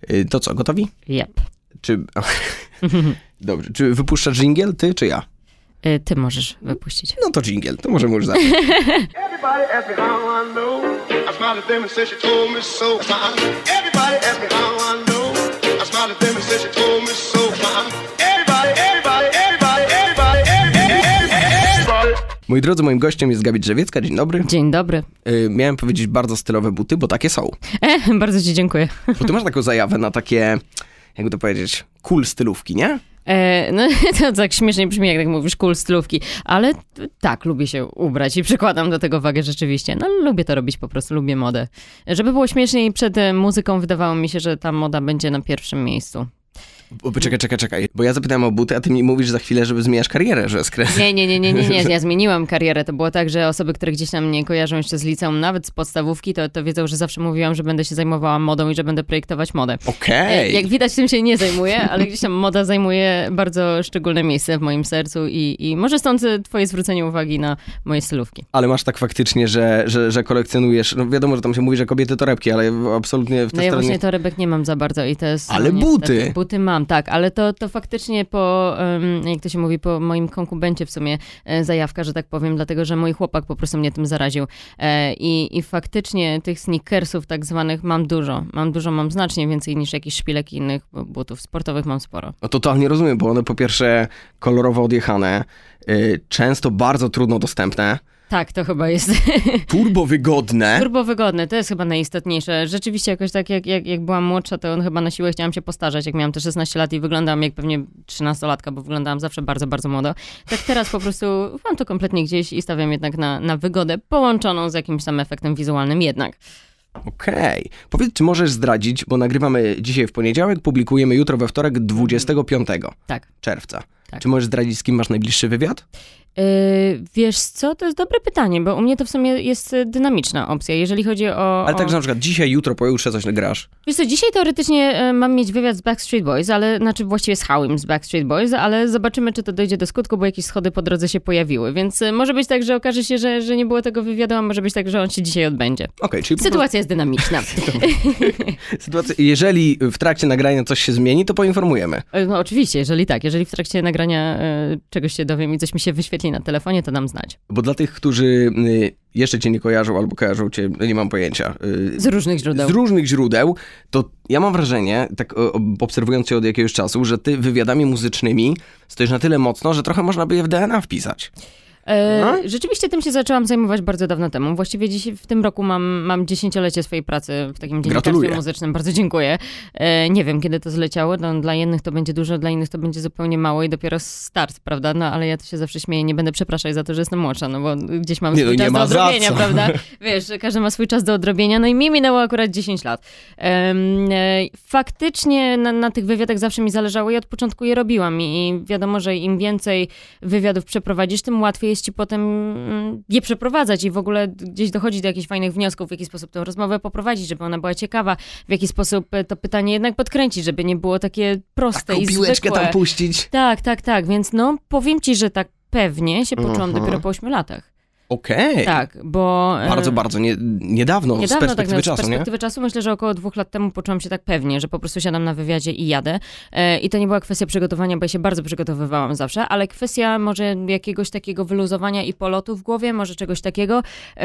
To co, gotowi? Yep. Czy... Dobrze, czy wypuszczasz dżingiel, ty czy ja? Ty możesz wypuścić. No to dżingiel, to możemy już zacząć. Everybody ask me how I know. I smiled at them and said she told me so. Everybody ask me how I know. I smiled at them and said she told me so. Moi drodzy, moim gościem jest Gabi Drzewiecka. Dzień dobry. Dzień dobry. Miałem powiedzieć bardzo stylowe buty, bo takie są. Bardzo ci dziękuję. Bo ty masz taką zajawę na takie, jakby to powiedzieć, cool stylówki, nie? No to tak śmiesznie brzmi, jak tak mówisz, cool stylówki, ale tak, lubię się ubrać i przykładam do tego wagę rzeczywiście. No lubię to robić po prostu, lubię modę. Żeby było śmieszniej, przed muzyką wydawało mi się, że ta moda będzie na pierwszym miejscu. Czekaj, bo ja zapytałem o buty, a ty mi mówisz za chwilę, żeby zmieniasz karierę, że Nie, ja zmieniłam karierę. To było tak, że osoby, które gdzieś tam mnie kojarzą jeszcze z liceum, nawet z podstawówki, to wiedzą, że zawsze mówiłam, że będę się zajmowała modą i że będę projektować modę. Okej. Jak widać, tym się nie zajmuję, ale gdzieś tam moda zajmuje bardzo szczególne miejsce w moim sercu i może stąd twoje zwrócenie uwagi na moje stylówki. Ale masz tak faktycznie, że kolekcjonujesz, no wiadomo, że tam się mówi, że kobiety torebki, ale absolutnie w tej ja właśnie torebek nie mam za bardzo i to jest... Ale buty! Buty mam, tak, ale to faktycznie po, jak to się mówi, po moim konkubencie w sumie zajawka, że tak powiem, dlatego, że mój chłopak po prostu mnie tym zaraził. I faktycznie tych sneakersów tak zwanych mam dużo. Mam znacznie więcej niż jakichś szpilek i innych butów sportowych mam sporo. No totalnie rozumiem, bo one po pierwsze kolorowo odjechane, często bardzo trudno dostępne. Tak, to chyba jest... Turbo wygodne, to jest chyba najistotniejsze. Rzeczywiście jakoś tak, jak byłam młodsza, to on chyba na siłę chciałam się postarzać, jak miałam te 16 lat i wyglądałam jak pewnie 13-latka, bo wyglądałam zawsze bardzo, bardzo młodo. Tak teraz po prostu mam to kompletnie gdzieś i stawiam jednak na wygodę połączoną z jakimś tam efektem wizualnym jednak. Okej. Powiedz, czy możesz zdradzić, bo nagrywamy dzisiaj w poniedziałek, publikujemy jutro we wtorek 25 czerwca. Tak. Czy możesz zdradzić, z kim masz najbliższy wywiad? Wiesz co, to jest dobre pytanie, bo u mnie to w sumie jest dynamiczna opcja, jeżeli chodzi o... Ale tak, że na przykład dzisiaj, jutro, pojutrze coś nagrasz. Wiesz co, dzisiaj teoretycznie mam mieć wywiad z Backstreet Boys, ale znaczy właściwie z Howym z Backstreet Boys, ale zobaczymy, czy to dojdzie do skutku, bo jakieś schody po drodze się pojawiły, więc może być tak, że okaże się, że nie było tego wywiadu, a może być tak, że on się dzisiaj odbędzie. Okay, czyli sytuacja jest dynamiczna. Jeżeli w trakcie nagrania coś się zmieni, to poinformujemy. No oczywiście, jeżeli w trakcie nagrania czegoś się dowiem i coś mi się wyświetli na telefonie, to dam znać. Bo dla tych, którzy jeszcze cię nie kojarzą albo kojarzą cię, nie mam pojęcia. Z różnych źródeł. To ja mam wrażenie, tak obserwując cię od jakiegoś czasu, że ty wywiadami muzycznymi stoisz na tyle mocno, że trochę można by je w DNA wpisać. Rzeczywiście tym się zaczęłam zajmować bardzo dawno temu. Właściwie dziś w tym roku mam 10-lecie swojej pracy w takim dziennikarstwie muzycznym. Bardzo dziękuję. Nie wiem, kiedy to zleciało. No, dla jednych to będzie dużo, dla innych to będzie zupełnie mało i dopiero start, prawda? No ale ja to się zawsze śmieję. Nie będę przepraszać za to, że jestem młodsza, no bo gdzieś mam swój czas do odrobienia, prawda? Wiesz, każdy ma swój czas do odrobienia. No i mi minęło akurat 10 lat. Faktycznie na tych wywiadach zawsze mi zależało i od początku je robiłam. I wiadomo, że im więcej wywiadów przeprowadzisz, tym łatwiej jest ci potem je przeprowadzać i w ogóle gdzieś dochodzić do jakichś fajnych wniosków, w jaki sposób tę rozmowę poprowadzić, żeby ona była ciekawa, w jaki sposób to pytanie jednak podkręcić, żeby nie było takie proste i zwykłe. Piłeczkę tam puścić. Tak, więc no powiem ci, że tak pewnie się poczułam dopiero po 8 latach. Okej. Tak, bo... Bardzo niedawno z perspektywy czasu, nie? Z perspektywy czasu myślę, że około 2 lat temu poczułam się tak pewnie, że po prostu siadam na wywiadzie i jadę. I to nie była kwestia przygotowania, bo ja się bardzo przygotowywałam zawsze, ale kwestia może jakiegoś takiego wyluzowania i polotu w głowie, może czegoś takiego.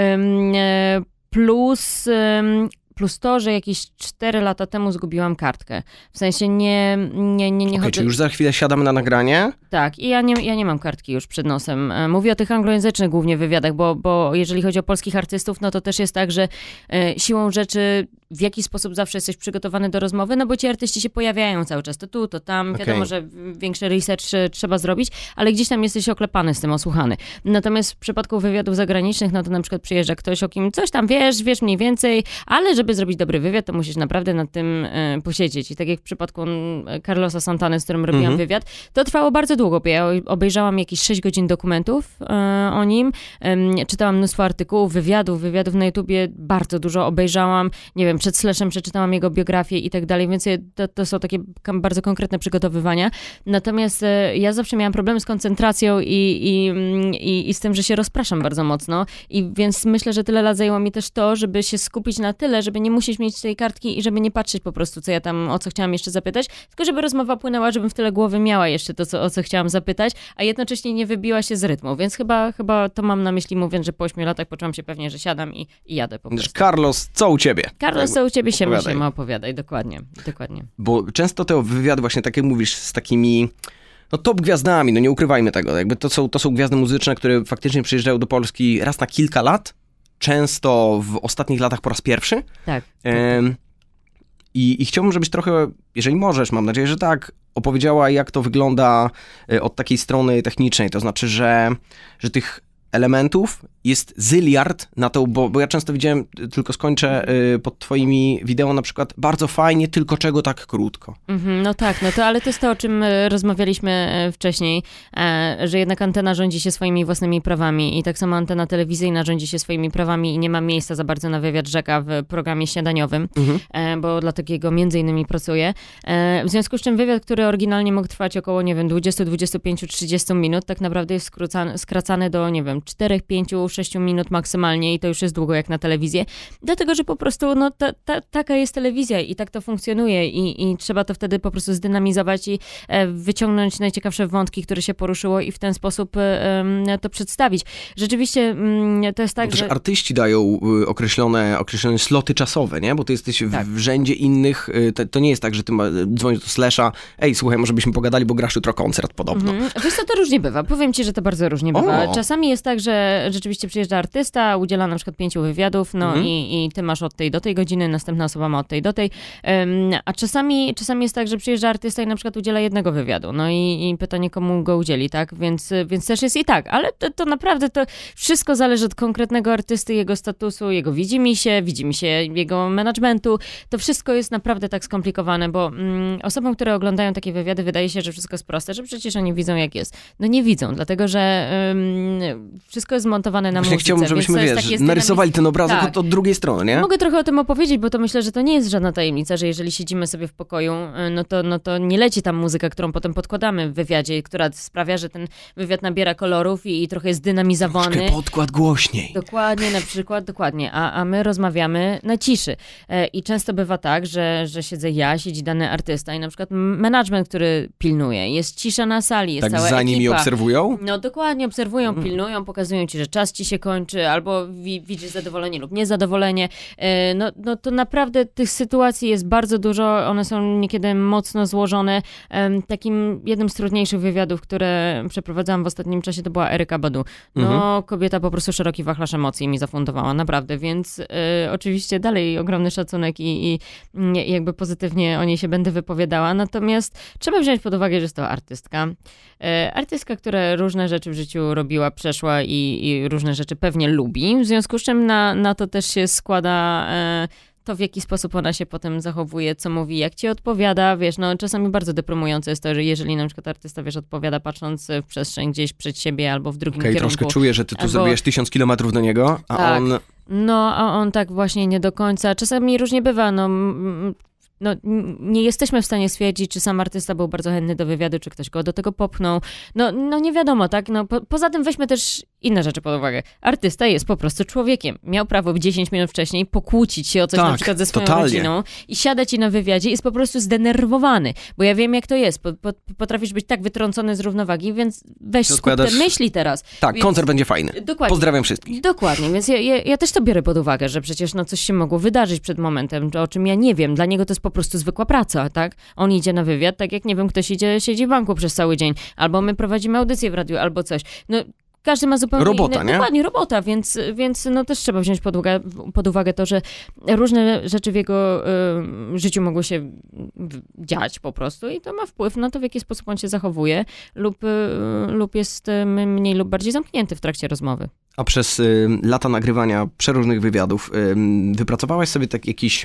Plus to, że jakieś 4 lata temu zgubiłam kartkę. W sensie nie chodzę... Czy już za chwilę siadamy na nagranie? Tak, i ja nie mam kartki już przed nosem. Mówię o tych anglojęzycznych głównie wywiadach, bo jeżeli chodzi o polskich artystów, no to też jest tak, że siłą rzeczy w jakiś sposób zawsze jesteś przygotowany do rozmowy, no bo ci artyści się pojawiają cały czas, to tu, to tam. Okay. Wiadomo, że większy research trzeba zrobić, ale gdzieś tam jesteś oklepany z tym, osłuchany. Natomiast w przypadku wywiadów zagranicznych, no to na przykład przyjeżdża ktoś, o kim coś tam wiesz mniej więcej, ale żeby zrobić dobry wywiad, to musisz naprawdę nad tym posiedzieć. I tak jak w przypadku Carlosa Santany, z którym robiłam wywiad, to trwało bardzo długo, bo ja obejrzałam jakieś 6 godzin dokumentów o nim, czytałam mnóstwo artykułów, wywiadów na YouTubie, bardzo dużo obejrzałam, nie wiem, wiem, przed Slashem przeczytałam jego biografię i tak dalej, więc to są takie bardzo konkretne przygotowywania. Natomiast ja zawsze miałam problemy z koncentracją i z tym, że się rozpraszam bardzo mocno. I więc myślę, że tyle lat zajęło mi też to, żeby się skupić na tyle, żeby nie musieć mieć tej kartki i żeby nie patrzeć po prostu, co ja tam, o co chciałam jeszcze zapytać, tylko żeby rozmowa płynęła, żebym w tyle głowy miała jeszcze to, o co chciałam zapytać, a jednocześnie nie wybiła się z rytmu. Więc chyba to mam na myśli, mówiąc, że po 8 latach poczułam się pewnie, że siadam i jadę po prostu. Carlos, co u ciebie? Carlos, co u ciebie? Siema, opowiadaj. Dokładnie. Bo często te wywiady właśnie, tak jak mówisz, z takimi top gwiazdami, nie ukrywajmy tego, jakby to są gwiazdy muzyczne, które faktycznie przyjeżdżają do Polski raz na kilka lat, często w ostatnich latach po raz pierwszy. Tak. I chciałbym, żebyś trochę, jeżeli możesz, mam nadzieję, że tak, opowiedziała, jak to wygląda od takiej strony technicznej, to znaczy, że tych elementów jest zyliard na to, bo ja często widziałem, tylko skończę pod twoimi wideo na przykład, bardzo fajnie, tylko czego tak krótko. No tak, ale to jest to, o czym rozmawialiśmy wcześniej, że jednak antena rządzi się swoimi własnymi prawami i tak samo antena telewizyjna rządzi się swoimi prawami i nie ma miejsca za bardzo na wywiad rzeka w programie śniadaniowym, bo dla takiego między innymi pracuję. W związku z czym wywiad, który oryginalnie mógł trwać około, 20, 25, 30 minut, tak naprawdę jest skracany do, 4, 5, 6 minut maksymalnie i to już jest długo jak na telewizję, dlatego, że po prostu taka jest telewizja i tak to funkcjonuje i trzeba to wtedy po prostu zdynamizować i wyciągnąć najciekawsze wątki, które się poruszyło i w ten sposób to przedstawić. Rzeczywiście to jest tak, że artyści dają określone sloty czasowe, nie? Bo ty jesteś w rzędzie innych, to nie jest tak, że ty dzwonisz do Slasha, słuchaj, może byśmy pogadali, bo grasz jutro koncert podobno. Wiesz co, to różnie bywa. Powiem ci, że to bardzo różnie bywa. Czasami jest tak, że rzeczywiście przyjeżdża artysta, udziela na przykład 5 wywiadów, i ty masz od tej do tej godziny, następna osoba ma od tej do tej. A czasami jest tak, że przyjeżdża artysta i na przykład udziela jednego wywiadu. I pytanie, komu go udzieli, tak? Więc też jest i tak. Ale to naprawdę to wszystko zależy od konkretnego artysty, jego statusu, jego widzimisię jego managementu. To wszystko jest naprawdę tak skomplikowane, bo osobom, które oglądają takie wywiady, wydaje się, że wszystko jest proste, że przecież oni widzą, jak jest. No nie widzą, dlatego, że wszystko jest montowane na muzyce. Chciałbym, żebyśmy, narysowali ten obrazek od drugiej strony, nie? Mogę trochę o tym opowiedzieć, bo to myślę, że to nie jest żadna tajemnica, że jeżeli siedzimy sobie w pokoju, no to nie leci tam muzyka, którą potem podkładamy w wywiadzie, która sprawia, że ten wywiad nabiera kolorów i trochę jest dynamizowany. Troszkę podkład głośniej. Dokładnie, na przykład, dokładnie. A my rozmawiamy na ciszy. I często bywa tak, że siedzę ja, siedzi dany artysta i na przykład management, który pilnuje. Jest cisza na sali, jest cała ekipa. Tak za nimi obserwują? No dokładnie, obserwują, pilnują, pokazują ci, że czas ci się kończy, albo widzisz zadowolenie lub niezadowolenie. No to naprawdę tych sytuacji jest bardzo dużo, one są niekiedy mocno złożone. Takim jednym z trudniejszych wywiadów, które przeprowadzałam w ostatnim czasie, to była Erykka Badu. Kobieta po prostu szeroki wachlarz emocji mi zafundowała, naprawdę, więc oczywiście dalej ogromny szacunek i jakby pozytywnie o niej się będę wypowiadała, natomiast trzeba wziąć pod uwagę, że jest to artystka. Artystka, która różne rzeczy w życiu robiła, przeszła i różne rzeczy pewnie lubi, w związku z czym na to też się składa to, w jaki sposób ona się potem zachowuje, co mówi, jak ci odpowiada, czasami bardzo deprymujące jest to, że jeżeli na przykład artysta, odpowiada patrząc w przestrzeń gdzieś przed siebie albo w drugim kierunku. Troszkę czuję, że ty tu zrobiłeś 1000 kilometrów do niego, a tak. on... A on tak właśnie nie do końca. Czasami różnie bywa, nie jesteśmy w stanie stwierdzić, czy sam artysta był bardzo chętny do wywiadu, czy ktoś go do tego popchnął. No nie wiadomo, tak? Poza tym weźmy też inne rzeczy pod uwagę. Artysta jest po prostu człowiekiem. Miał prawo 10 minut wcześniej pokłócić się o coś na przykład ze swoją rodziną i siadać i na wywiadzie jest po prostu zdenerwowany. Bo ja wiem, jak to jest. Potrafisz być tak wytrącony z równowagi, więc weź skup te myśli teraz. Tak, więc... koncert będzie fajny. Dokładnie. Pozdrawiam wszystkich. Dokładnie, więc ja też to biorę pod uwagę, że przecież coś się mogło wydarzyć przed momentem, o czym ja nie wiem. Dla niego to jest po prostu zwykła praca, tak? On idzie na wywiad, tak jak, nie wiem, ktoś siedzi w banku przez cały dzień, albo my prowadzimy audycję w radiu, albo coś. Każdy ma zupełnie robota, inny... Dokładnie, robota, więc też trzeba wziąć pod uwagę to, że różne rzeczy w jego życiu mogły się dziać po prostu i to ma wpływ na to, w jaki sposób on się zachowuje lub jest mniej lub bardziej zamknięty w trakcie rozmowy. A przez lata nagrywania przeróżnych wywiadów wypracowałaś sobie jakiś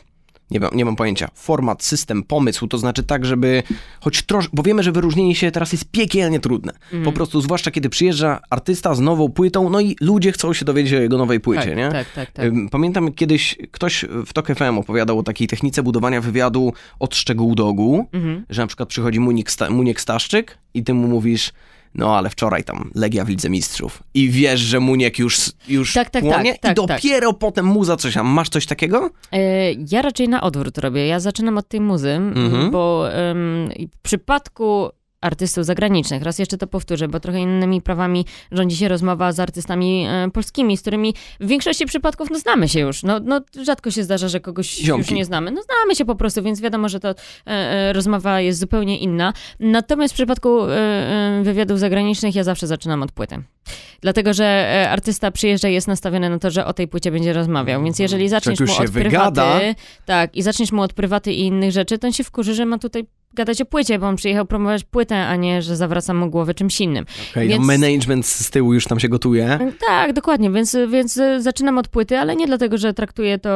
nie mam pojęcia, format, system, pomysł, to znaczy tak, żeby choć troszkę, bo wiemy, że wyróżnienie się teraz jest piekielnie trudne. Po prostu, zwłaszcza kiedy przyjeżdża artysta z nową płytą, no i ludzie chcą się dowiedzieć o jego nowej płycie, nie? Tak. Pamiętam kiedyś ktoś w TOK FM opowiadał o takiej technice budowania wywiadu od szczegółu do ogółu, że na przykład przychodzi Muniek Staszczyk i ty mu mówisz, no ale wczoraj tam Legia w Lidze Mistrzów i wiesz, że Muniek już płonie i dopiero potem muza coś tam. Masz coś takiego? Ja raczej na odwrót robię. Ja zaczynam od tej muzy, bo w przypadku artystów zagranicznych, raz jeszcze to powtórzę, bo trochę innymi prawami rządzi się rozmowa z artystami polskimi, z którymi w większości przypadków znamy się już. No rzadko się zdarza, że kogoś już nie znamy. No znamy się po prostu, więc wiadomo, że to rozmowa jest zupełnie inna. Natomiast w przypadku wywiadów zagranicznych ja zawsze zaczynam od płyty. Dlatego, że artysta przyjeżdża i jest nastawiony na to, że o tej płycie będzie rozmawiał. Więc jeżeli zaczniesz mu od prywaty, i zaczniesz mu od prywaty i innych rzeczy, to on się wkurzy, że ma tutaj gadać o płycie, bo on przyjechał promować płytę, a nie, że zawracam mu głowę czymś innym. Więc management z tyłu już tam się gotuje. Tak, dokładnie, więc zaczynam od płyty, ale nie dlatego, że traktuję to,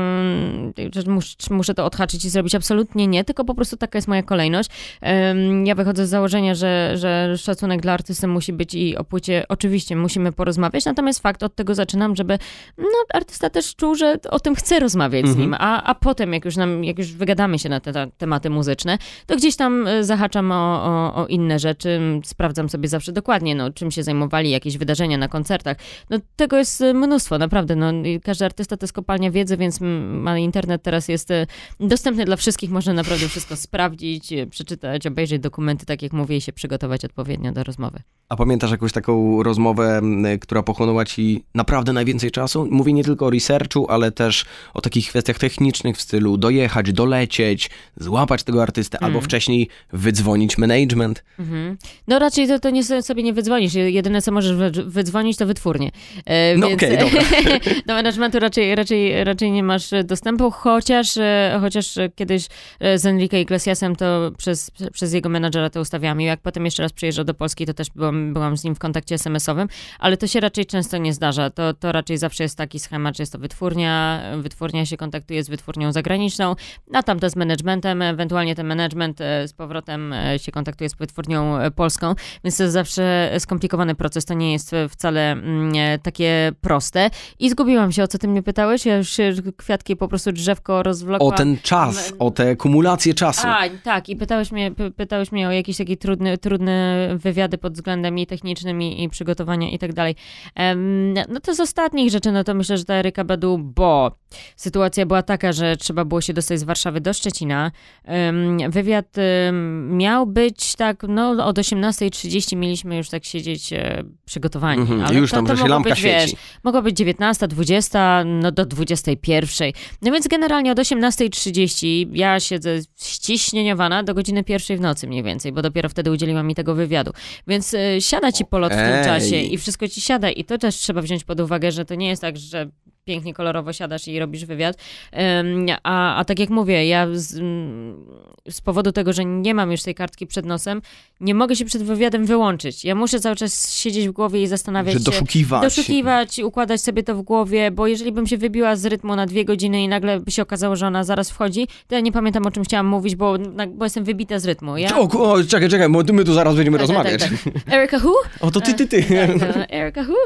że muszę to odhaczyć i zrobić. Absolutnie nie, tylko po prostu taka jest moja kolejność. Ja wychodzę z założenia, że szacunek dla artysty musi być i o płycie oczywiście musimy porozmawiać, natomiast fakt od tego zaczynam, żeby artysta też czuł, że o tym chce rozmawiać z nim, a potem jak już wygadamy się na te tematy muzyczne, to gdzieś tam zahaczam o inne rzeczy, sprawdzam sobie zawsze dokładnie, czym się zajmowali, jakieś wydarzenia na koncertach. Tego jest mnóstwo, naprawdę. Każdy artysta to jest kopalnia wiedzy, więc internet teraz jest dostępny dla wszystkich, można naprawdę wszystko sprawdzić, przeczytać, obejrzeć dokumenty, tak jak mówię, i się przygotować odpowiednio do rozmowy. A pamiętasz jakąś taką rozmowę, która pochłonęła ci naprawdę najwięcej czasu? Mówię nie tylko o researchu, ale też o takich kwestiach technicznych w stylu dojechać, dolecieć, złapać tego artystę, albo wcześniej wydzwonić management. No raczej to nie sobie nie wydzwonisz. Jedyne, co możesz wydzwonić, to wytwórnie. Okej, dobra. Do managementu raczej nie masz dostępu, chociaż kiedyś z Enrique Iglesiasem to przez jego menadżera to ustawiałam. I jak potem jeszcze raz przyjeżdżał do Polski, to też byłam z nim w kontakcie SMS-owym, ale to się raczej często nie zdarza. To raczej zawsze jest taki schemat, że jest to wytwórnia się kontaktuje z wytwórnią zagraniczną, a tamto z managementem, ewentualnie ten management z powrotem się kontaktuje z wytwórnią polską, więc to jest zawsze skomplikowany proces, to nie jest wcale takie proste. I zgubiłam się, o co ty mnie pytałeś? Ja już kwiatki, po prostu drzewko rozwlokłam. O ten czas, o tę kumulację czasu. Tak, i pytałeś mnie o jakieś takie trudne wywiady pod względem i technicznym i przygotowania i tak dalej. No to z ostatnich rzeczy, to myślę, że ta Eryka Badu, bo sytuacja była taka, że trzeba było się dostać z Warszawy do Szczecina. Wywiad miał być tak, od 18:30 mieliśmy już tak siedzieć przygotowani. Ale już tam, że się lampka świeci. Mogła być 19, 20, do 21. No więc generalnie od 18:30 ja siedzę ściśnieniowana do godziny 1 w nocy mniej więcej, bo dopiero wtedy udzieliła mi tego wywiadu. Więc siada ci polot w tym czasie i wszystko ci siada i to też trzeba wziąć pod uwagę, że to nie jest tak, że pięknie, kolorowo siadasz i robisz wywiad. A tak jak mówię, ja z powodu tego, że nie mam już tej kartki przed nosem, nie mogę się przed wywiadem wyłączyć. Ja muszę cały czas siedzieć w głowie i zastanawiać się. Doszukiwać, układać sobie to w głowie, bo jeżeli bym się wybiła z rytmu na 2 godziny i nagle by się okazało, że ona zaraz wchodzi, to ja nie pamiętam, o czym chciałam mówić, bo jestem wybita z rytmu. Czekaj, bo my tu zaraz będziemy rozmawiać. Tak. Erica Who? O, to ty. Erica Who?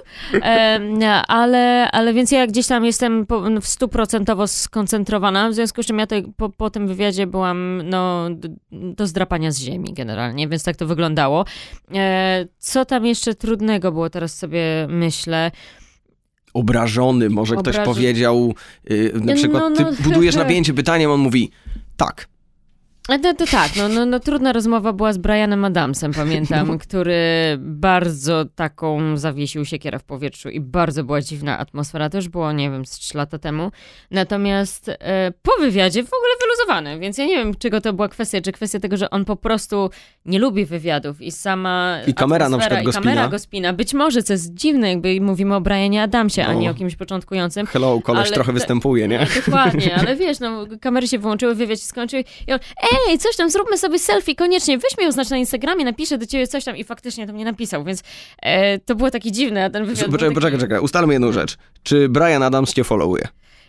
Ale więc ja gdzieś tam jestem w 100% skoncentrowana, w związku z czym ja po tym wywiadzie byłam do zdrapania z ziemi generalnie, więc tak to wyglądało. Co tam jeszcze trudnego było, teraz sobie myślę. Obrażony, może ktoś powiedział, na przykład ty budujesz napięcie pytaniem, on mówi tak. To tak, trudna rozmowa była z Bryanem Adamsem, pamiętam, który bardzo taką zawiesił siekierę w powietrzu i bardzo była dziwna atmosfera, to już było, nie wiem, z 3 lata temu. Natomiast po wywiadzie w ogóle wyluzowany, więc ja nie wiem, czego to była kwestia, czy kwestia tego, że on po prostu nie lubi wywiadów i sama i kamera na przykład go spina. Być może, co jest dziwne, jakby mówimy o Bryanie Adamsie, a nie o kimś początkującym. Hello, koleś trochę występuje, nie? Dokładnie, ale wiesz, kamery się wyłączyły, wywiad się skończył i on, coś tam, zróbmy sobie selfie, koniecznie, weź mnie oznacz na Instagramie, napiszę do ciebie coś tam i faktycznie to mnie napisał, więc to było takie dziwne, a ten wywiad Poczekaj, ustalmy jedną rzecz. Czy Bryan Adams cię followuje?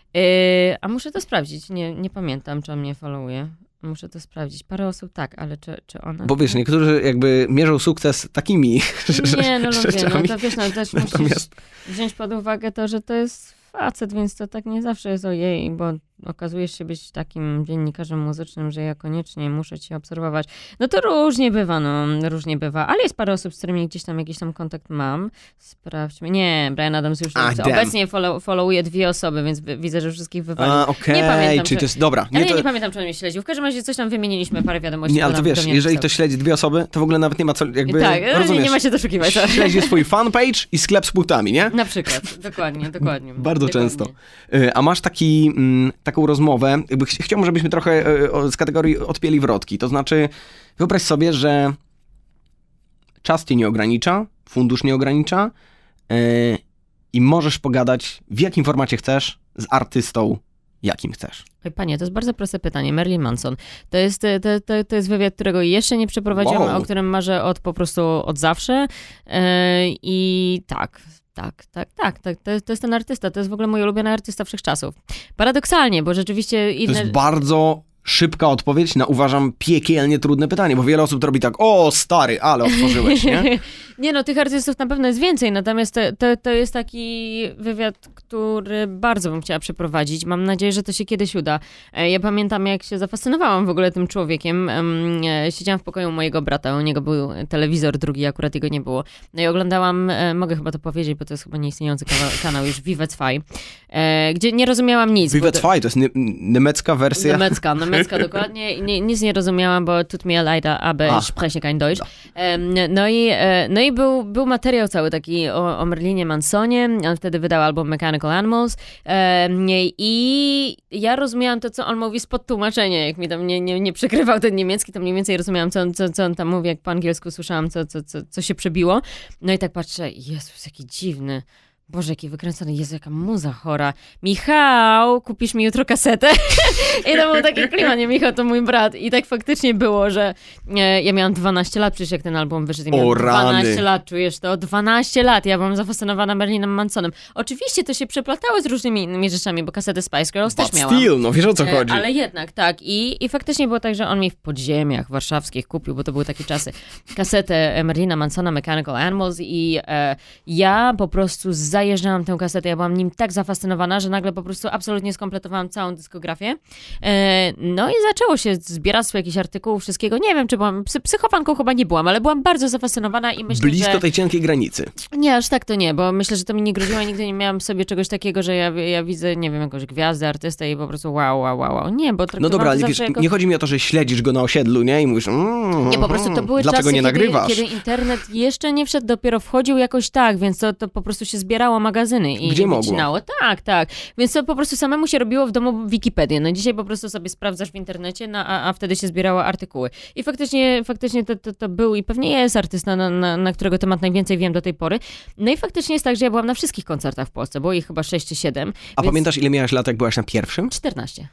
A muszę to sprawdzić. Nie pamiętam, czy on mnie followuje. Muszę to sprawdzić. Parę osób tak, ale czy ona... Bo wiesz, niektórzy jakby mierzą sukces takimi Nie, no lubię, rzeczami. no to wiesz, no też musisz wziąć pod uwagę to, że to jest facet, więc to tak nie zawsze jest ojej, bo okazujesz się być takim dziennikarzem muzycznym, że ja koniecznie muszę cię obserwować. No to różnie bywa, różnie bywa. Ale jest parę osób, z którymi gdzieś tam jakiś tam kontakt mam. Sprawdźmy. Nie, Bryan Adams już obecnie followuje 2 osoby, więc widzę, że wszystkich wywalił. Okej, Nie pamiętam, czyli to jest... Dobra. Ale ja nie pamiętam, czy on mnie śledził. W każdym razie coś tam wymieniliśmy, parę wiadomości. Nie, ale to wiesz, jeżeli to śledzi 2 osoby, to w ogóle nawet nie ma co jakby... Tak, rozumiesz, nie ma się doszukiwać. Śledzi swój fanpage i sklep z płytami, nie? Na przykład, dokładnie. Bardzo często. A masz taką rozmowę, jakby chciałbym, żebyśmy trochę z kategorii odpięli wrotki. To znaczy, wyobraź sobie, że czas cię nie ogranicza, fundusz nie ogranicza i możesz pogadać w jakim formacie chcesz z artystą, jakim chcesz. Oj, panie, to jest bardzo proste pytanie. Marilyn Manson. To jest wywiad, którego jeszcze nie przeprowadziłam, o którym marzę po prostu od zawsze. I tak. To jest ten artysta. To jest w ogóle mój ulubiony artysta wszechczasów. Paradoksalnie, bo rzeczywiście... To jest bardzo szybka odpowiedź na, uważam, piekielnie trudne pytanie, bo wiele osób to robi tak, o stary, ale otworzyłeś, nie? Nie no, tych artystów na pewno jest więcej, natomiast to jest taki wywiad, który bardzo bym chciała przeprowadzić. Mam nadzieję, że to się kiedyś uda. Ja pamiętam, jak się zafascynowałam w ogóle tym człowiekiem. Siedziałam w pokoju mojego brata, u niego był telewizor drugi, akurat jego nie było. No i oglądałam, mogę chyba to powiedzieć, bo to jest chyba nieistniejący kanał już, Vive 2, gdzie nie rozumiałam nic. Vive 2 to jest niemiecka wersja? Niemiecka dokładnie. Nic nie rozumiałam, bo tut mir leid, aber ich spreche kein Deutsch. No i był materiał cały taki o Marillynie Mansonie. On wtedy wydał album Mechanical Animals. I ja rozumiałam to, co on mówi spod tłumaczenia. Jak mi tam nie przekrywał ten niemiecki, to mniej więcej rozumiałam, co on tam mówi. Jak po angielsku słyszałam, co się przebiło. No i tak patrzę, Jezus, jaki dziwny. Boże, jaki wykręcony, Jezu, jaka muza chora. Michał, kupisz mi jutro kasetę? I to był taki klimat, nie Michał, to mój brat. I tak faktycznie było, że ja miałam 12 lat przecież, jak ten album wyszedł. Ja miałam 12 lat, czujesz to? 12 lat, ja byłam zafascynowana Marilynem Mansonem. Oczywiście to się przeplatało z różnymi innymi rzeczami, bo kasety Spice Girls też miałam. Still, no wiesz o co chodzi. Ale jednak, tak. I faktycznie było tak, że on mi w podziemiach warszawskich kupił, bo to były takie czasy, kasetę Marilyna Mansona, Mechanical Animals i ja po prostu zajeżdżałam tę kasetę, ja byłam nim tak zafascynowana, że nagle po prostu absolutnie skompletowałam całą dyskografię. No i zaczęło się zbieractwo jakichś artykułów, wszystkiego. Nie wiem, czy byłam, psychofanką chyba nie byłam, ale byłam bardzo zafascynowana i myślę, blisko tej cienkiej granicy. Nie, aż tak to nie, bo myślę, że to mi nie groziło, nigdy nie miałam sobie czegoś takiego, że ja widzę, nie wiem, jakąś gwiazdę, artystę i po prostu wow. Nie, bo no dobra, ale wiesz, nie chodzi mi o to, że śledzisz go na osiedlu, nie? I mówisz, nie, po prostu to były dlaczego czasy, nie nagrywasz? Kiedy internet jeszcze nie wszedł, dopiero wchodził jakoś tak, więc to po prostu się zbierało magazyny i gdzie wycinało. Tak. Więc to po prostu samemu się robiło w domu Wikipedię. No dzisiaj po prostu sobie sprawdzasz w internecie, a wtedy się zbierało artykuły. I faktycznie to był i pewnie jest artysta, na którego temat najwięcej wiem do tej pory. No i faktycznie jest tak, że ja byłam na wszystkich koncertach w Polsce, było ich chyba 6 czy 7. A pamiętasz, ile miałaś lat, jak byłaś na pierwszym? 14.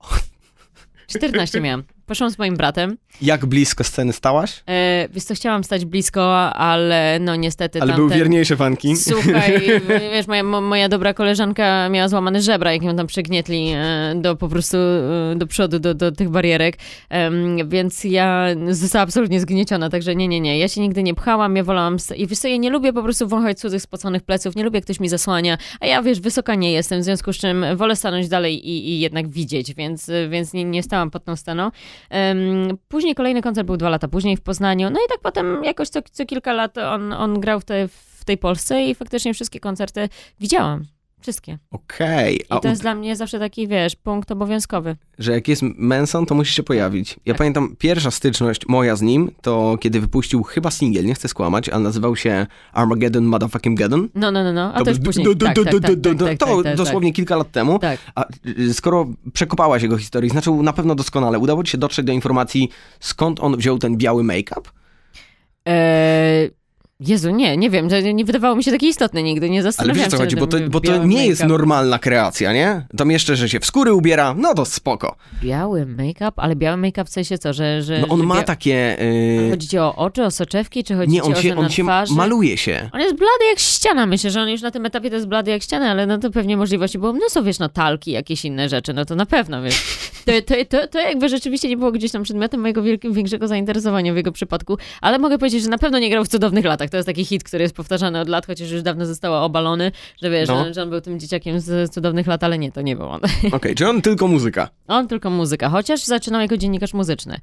14 miałam. Poszłam z moim bratem. Jak blisko sceny stałaś? Wiesz co, chciałam stać blisko, ale no niestety... Ale były wierniejsze fanki. Słuchaj, wiesz, moja dobra koleżanka miała złamane żebra, jak ją tam przygnietli po prostu do przodu, do tych barierek, więc ja zostałam absolutnie zgnieciona, także nie, ja się nigdy nie pchałam, ja wolałam... I wiesz co, ja nie lubię po prostu wąchać cudzych spoconych pleców, nie lubię, jak ktoś mi zasłania, a ja, wiesz, wysoka nie jestem, w związku z czym wolę stanąć dalej i jednak widzieć, więc nie stałam pod tą sceną. Później kolejny koncert był 2 lata później w Poznaniu, no i tak potem jakoś co kilka lat on grał w tej Polsce i faktycznie wszystkie koncerty widziałam. Wszystkie. Okej. I to jest dla mnie zawsze taki, wiesz, punkt obowiązkowy. Że jak jest Manson, to musi się pojawić. Ja pamiętam, pierwsza styczność moja z nim, to kiedy wypuścił chyba singiel, nie chcę skłamać, ale nazywał się Armageddon Motherfucking Geddon. No. A to już później. To dosłownie kilka lat temu. Tak. A skoro przekopałaś jego historię, znaczy na pewno doskonale, udało ci się dotrzeć do informacji, skąd on wziął ten biały make-up? Jezu, nie wiem, nie wydawało mi się takie istotne nigdy, nie Ale zastanawiałam wiesz, co się chodzi, nad tym bo to białym nie jest make-up. normalna kreacja, nie? Tam jeszcze, że się w skóry ubiera, no to spoko. Biały make-up? Ale biały make-up w sensie co, że No on ma takie... Chodzi ci o oczy, o soczewki, czy chodzi Nie, ci o że na on się twarzy? maluje się. On jest blady jak ściana, myślę, że on już na tym etapie to jest blady jak ściana, ale no to pewnie możliwości było mnóstwo, wiesz, no talki, jakieś inne rzeczy, no to na pewno, wiesz. To jakby rzeczywiście nie było gdzieś tam przedmiotem mojego większego zainteresowania w jego przypadku, ale mogę powiedzieć, że na pewno nie grał w Cudownych latach. To jest taki hit, który jest powtarzany od lat, chociaż już dawno został obalony, że wiesz, że on był tym dzieciakiem z Cudownych lat, ale nie, to nie był on. Okej, czy on tylko muzyka? On tylko muzyka, chociaż zaczynał jako dziennikarz muzyczny.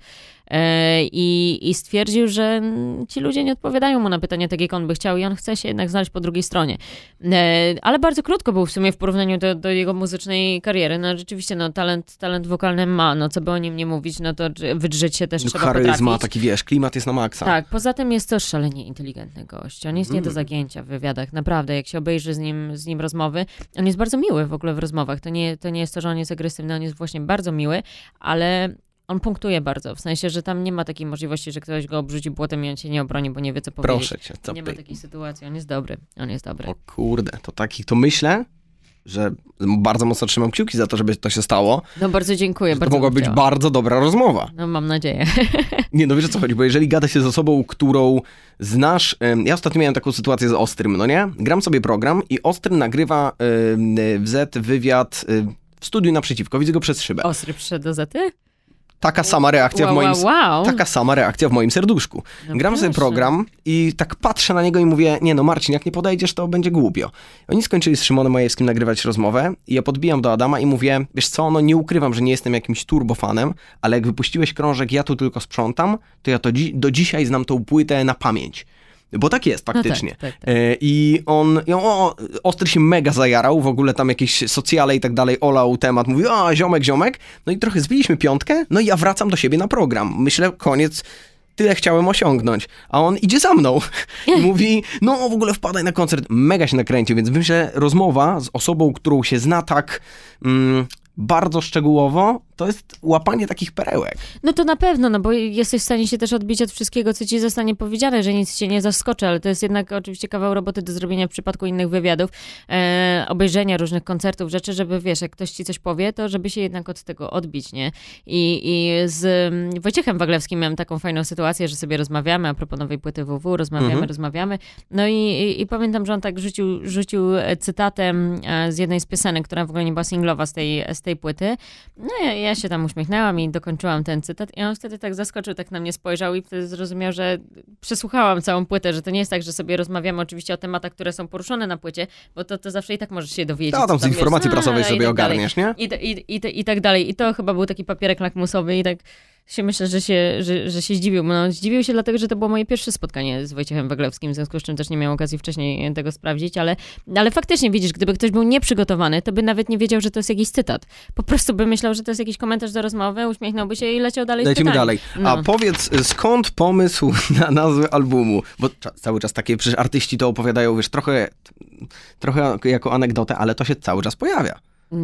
I stwierdził, że ci ludzie nie odpowiadają mu na pytania tak, jak on by chciał i on chce się jednak znaleźć po drugiej stronie. Ale bardzo krótko był w sumie w porównaniu do jego muzycznej kariery. No rzeczywiście, no talent wokalny ma, no co by o nim nie mówić, no to wydrzeć się też trzeba Charyzma, potrafić. taki wiesz, klimat jest na maksa. Tak, poza tym jest to szalenie inteligentny gość. On jest nie do zagięcia w wywiadach, naprawdę. Jak się obejrzy z nim rozmowy, on jest bardzo miły w ogóle w rozmowach. To nie jest to, że on jest agresywny, on jest właśnie bardzo miły, ale on punktuje bardzo, w sensie, że tam nie ma takiej możliwości, że ktoś go obrzuci błotem i on się nie obroni, bo nie wie, co powiedzieć. Proszę cię, co Nie ma takiej sytuacji, on jest dobry. O kurde, to myślę, że bardzo mocno trzymam kciuki za to, żeby to się stało. No bardzo dziękuję. To bardzo mogła bym być chciała. bardzo dobra rozmowa. No mam nadzieję. Nie, no wiesz o co chodzi, bo jeżeli gada się z osobą, którą znasz... Ja ostatnio miałem taką sytuację z Ostrym, no nie? Gram sobie program i Ostry nagrywa wywiad w studiu naprzeciwko, widzę go przez szybę. Ostry przyszedł do Zety? Taka sama reakcja Wow. Taka sama reakcja w moim serduszku. No Gram sobie proszę. program i tak patrzę na niego i mówię, nie no Marcin, jak nie podejdziesz, to będzie głupio. Oni skończyli z Szymonem Majewskim nagrywać rozmowę i ja podbijam do Adama i mówię, wiesz co, no nie ukrywam, że nie jestem jakimś turbofanem, ale jak wypuściłeś krążek Ja tu tylko sprzątam, to ja to do dzisiaj znam tą płytę na pamięć. Bo tak jest faktycznie. No tak. I Ostry się mega zajarał, w ogóle tam jakieś socjale i tak dalej, olał temat, mówi, ziomek. No i trochę zbiliśmy piątkę, no i ja wracam do siebie na program. Myślę, koniec, tyle chciałem osiągnąć. A on idzie za mną i mówi, no w ogóle wpadaj na koncert. Mega się nakręcił, więc myślę, rozmowa z osobą, którą się zna tak... bardzo szczegółowo, to jest łapanie takich perełek. No to na pewno, no bo jesteś w stanie się też odbić od wszystkiego, co ci zostanie powiedziane, że nic cię nie zaskoczy, ale to jest jednak oczywiście kawał roboty do zrobienia w przypadku innych wywiadów, obejrzenia różnych koncertów, rzeczy, żeby wiesz, jak ktoś ci coś powie, to żeby się jednak od tego odbić, nie? I z Wojciechem Waglewskim miałem taką fajną sytuację, że sobie rozmawiamy, a propos nowej płyty WW, rozmawiamy, no i pamiętam, że on tak rzucił cytatem z jednej z piosenek, która w ogóle nie była singlowa z tej płyty. No ja się tam uśmiechnęłam i dokończyłam ten cytat i on wtedy tak zaskoczył, tak na mnie spojrzał i wtedy zrozumiał, że przesłuchałam całą płytę, że to nie jest tak, że sobie rozmawiamy oczywiście o tematach, które są poruszone na płycie, bo to zawsze i tak możesz się dowiedzieć. Tam z informacji prasowej sobie ogarniesz, nie? I tak dalej. I to chyba był taki papierek lakmusowy i tak się myślę, że się zdziwił. No, zdziwił się dlatego, że to było moje pierwsze spotkanie z Wojciechem Waglewskim, w związku z czym też nie miałem okazji wcześniej tego sprawdzić, ale faktycznie widzisz, gdyby ktoś był nieprzygotowany, to by nawet nie wiedział, że to jest jakiś cytat. Po prostu by myślał, że to jest jakiś komentarz do rozmowy, uśmiechnął się i leciał dalej. Lecimy z dalej. No. A powiedz, skąd pomysł na nazwę albumu? Bo cały czas takie, przecież artyści to opowiadają, wiesz, trochę jako anegdotę, ale to się cały czas pojawia.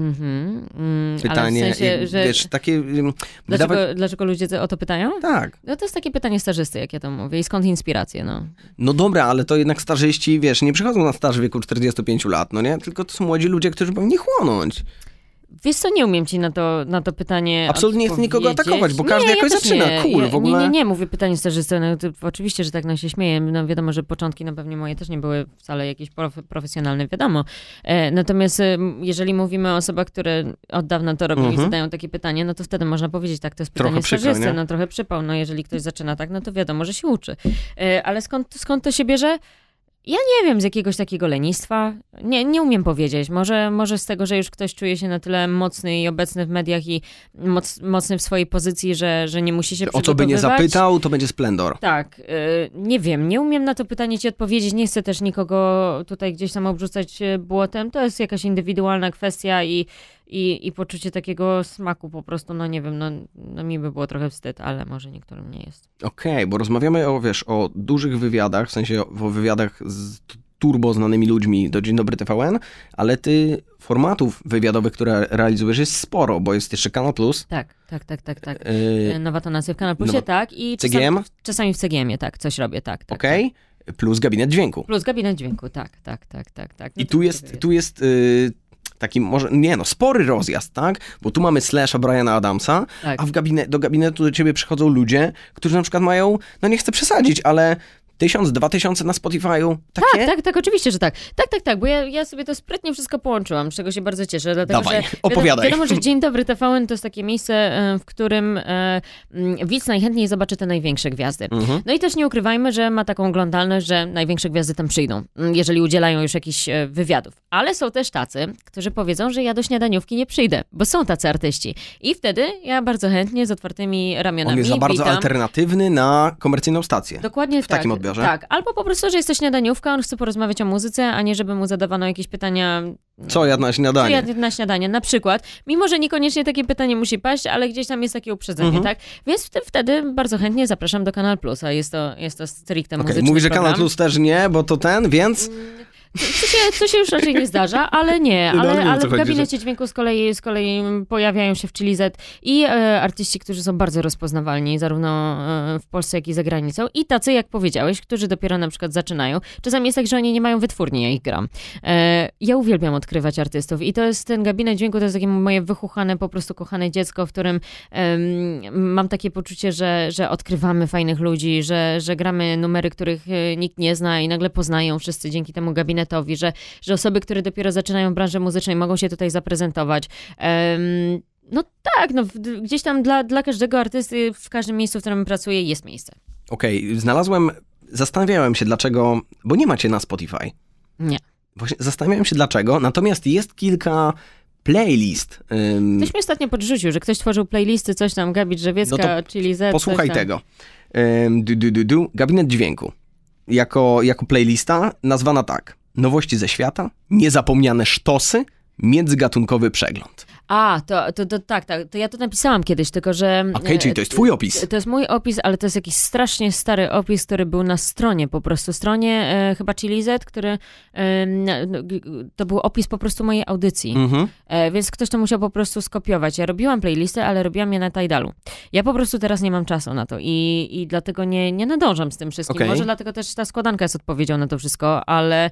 Pytanie, ale w sensie, że wiesz, takie... Dlaczego ludzie o to pytają? Tak. No to jest takie pytanie stażysty, jak ja to mówię. I skąd inspiracje, no? No dobra, ale to jednak starzyści, wiesz, nie przychodzą na staż w wieku 45 lat, no nie? Tylko to są młodzi ludzie, którzy powinni chłonąć. Wiesz co, nie umiem ci na to pytanie absolutnie nie chcę nikogo atakować, bo każdy jakoś zaczyna. W ogóle. Nie, mówię pytanie stażysty. No, oczywiście, że tak się śmieję. No wiadomo, że początki na pewno moje też nie były wcale jakieś profesjonalne, wiadomo. Natomiast jeżeli mówimy o osobach, które od dawna to robią i zadają takie pytanie, no to wtedy można powiedzieć, tak, to jest pytanie stażysty. No trochę przypał. No jeżeli ktoś zaczyna tak, no to wiadomo, że się uczy. Ale skąd to się bierze? Ja nie wiem, z jakiegoś takiego lenistwa. Nie umiem powiedzieć. Może z tego, że już ktoś czuje się na tyle mocny i obecny w mediach i mocny w swojej pozycji, że nie musi się przygotowywać. O co by nie zapytał, to będzie splendor. Tak. Nie wiem. Nie umiem na to pytanie ci odpowiedzieć. Nie chcę też nikogo tutaj gdzieś tam obrzucać błotem. To jest jakaś indywidualna kwestia i poczucie takiego smaku po prostu, no nie wiem, no mi by było trochę wstyd, ale może niektórym nie jest. Okej, bo rozmawiamy o dużych wywiadach, w sensie o wywiadach z turbo znanymi ludźmi do Dzień Dobry TVN, ale ty formatów wywiadowych, które realizujesz jest sporo, bo jest jeszcze Kanal Plus. Tak. Nowa tonacja w Kanal Plusie, tak. I CGM? czasami w CGM-ie, tak, coś robię, tak. Okej. plus gabinet dźwięku. Plus gabinet dźwięku, tak. No i tu jest taki spory rozjazd, tak? Bo tu mamy Slasha Briana Adamsa, tak. A do gabinetu do ciebie przychodzą ludzie, którzy na przykład mają, nie chcę przesadzić, ale 1000, 2000 na Spotify'u. Takie? Tak, oczywiście, że tak. Tak, bo ja sobie to sprytnie wszystko połączyłam, z czego się bardzo cieszę. Dlatego, Dawaj, że opowiadaj. Wiadomo, że Dzień Dobry TVN to jest takie miejsce, w którym widz najchętniej zobaczy te największe gwiazdy. No i też nie ukrywajmy, że ma taką oglądalność, że największe gwiazdy tam przyjdą, jeżeli udzielają już jakichś wywiadów. Ale są też tacy, którzy powiedzą, że ja do śniadaniówki nie przyjdę, bo są tacy artyści. I wtedy ja bardzo chętnie z otwartymi ramionami On jest za bardzo witam. alternatywny na komercyjną stację. Dokładnie w takim odbiorze. Tak, albo po prostu, że jest to śniadaniówka, on chce porozmawiać o muzyce, a nie żeby mu zadawano jakieś pytania... Co jadł na śniadanie? Co jadł na śniadanie, na przykład. Mimo, że niekoniecznie takie pytanie musi paść, ale gdzieś tam jest takie uprzedzenie, tak? Więc wtedy bardzo chętnie zapraszam do Kanal Plus, a jest to stricte muzyczny Mówi, że program. Kanal Plus też nie, bo to więc... Co się już raczej nie zdarza, ale nie. Ale w gabinecie że... dźwięku z kolei pojawiają się w Chili Z i artyści, którzy są bardzo rozpoznawalni, zarówno w Polsce, jak i za granicą. I tacy, jak powiedziałeś, którzy dopiero na przykład zaczynają. Czasami jest tak, że oni nie mają wytwórni, ja ich gram. Ja uwielbiam odkrywać artystów i to jest ten gabinet dźwięku, to jest takie moje wychuchane, po prostu kochane dziecko, w którym mam takie poczucie, że odkrywamy fajnych ludzi, że gramy numery, których nikt nie zna i nagle poznają wszyscy dzięki temu gabinetowi, że osoby, które dopiero zaczynają w branży muzycznej, mogą się tutaj zaprezentować. Gdzieś tam dla każdego artysty w każdym miejscu, w którym pracuję, jest miejsce. Okej, zastanawiałem się dlaczego, bo nie macie na Spotify. Nie. Właśnie zastanawiałem się dlaczego, natomiast jest kilka playlist. Ktoś mi ostatnio podrzucił, że ktoś tworzył playlisty, coś tam, Gabi Drzewiecka, Chili Z. Posłuchaj tego. Gabinet dźwięku. Jako playlista nazwana tak. Nowości ze świata, niezapomniane sztosy, międzygatunkowy przegląd. Tak. To ja to napisałam kiedyś, tylko że... Okej, czyli to jest twój opis. To jest mój opis, ale to jest jakiś strasznie stary opis, który był na stronie, po prostu stronie chyba Chili Z, który to był opis po prostu mojej audycji. Więc ktoś to musiał po prostu skopiować. Ja robiłam playlistę, ale robiłam je na Tidalu. Ja po prostu teraz nie mam czasu na to i dlatego nie nadążam z tym wszystkim. Okay. Może dlatego też ta składanka jest odpowiedzią na to wszystko, ale...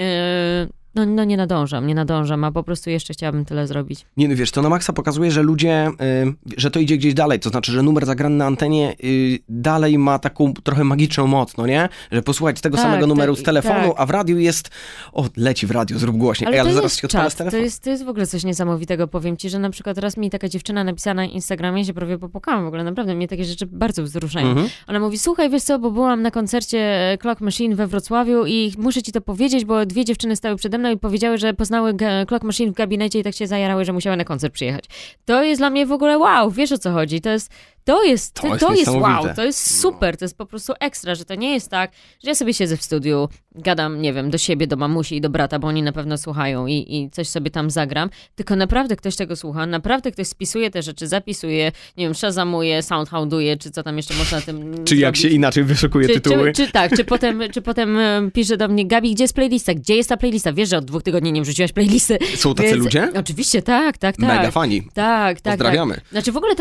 nie nadążam, a po prostu jeszcze chciałabym tyle zrobić. Nie, wiesz, to na maksa pokazuje, że ludzie, że to idzie gdzieś dalej, to znaczy, że numer zagrany na antenie dalej ma taką trochę magiczną moc, no nie? Że posłuchać tego samego numeru z telefonu, a w radiu jest, leci w radiu, zrób głośniej, ale zaraz ci odpalę z telefonu. To jest w ogóle coś niesamowitego, powiem ci, że na przykład raz mi taka dziewczyna napisała na Instagramie, się prawie popłakałam w ogóle, naprawdę mnie takie rzeczy bardzo wzruszają. Ona mówi, słuchaj, wiesz co, bo byłam na koncercie Clock Machine we Wrocławiu i muszę ci to powiedzieć, bo 2 dziewczyny stały przede mną i powiedziały, że poznały Clock Machine w gabinecie i tak się zajarały, że musiały na koncert przyjechać. To jest dla mnie w ogóle wow, wiesz o co chodzi. To jest wow, to jest super, to jest po prostu ekstra, że to nie jest tak, że ja sobie siedzę w studiu, gadam, nie wiem, do siebie, do mamusi i do brata, bo oni na pewno słuchają i coś sobie tam zagram, tylko naprawdę ktoś tego słucha, naprawdę ktoś spisuje te rzeczy, zapisuje, nie wiem, shazamuje, soundhounduje, czy co tam jeszcze można tym Czy jak się inaczej wyszukuje tytuły. Czy potem pisze do mnie, Gabi, gdzie jest playlista? Gdzie jest ta playlista? Wiesz, że od 2 tygodni nie wrzuciłaś playlisty. Są tacy ludzie? Oczywiście, tak. Mega fani. Tak. Pozdrawiamy. Tak. Znaczy w ogóle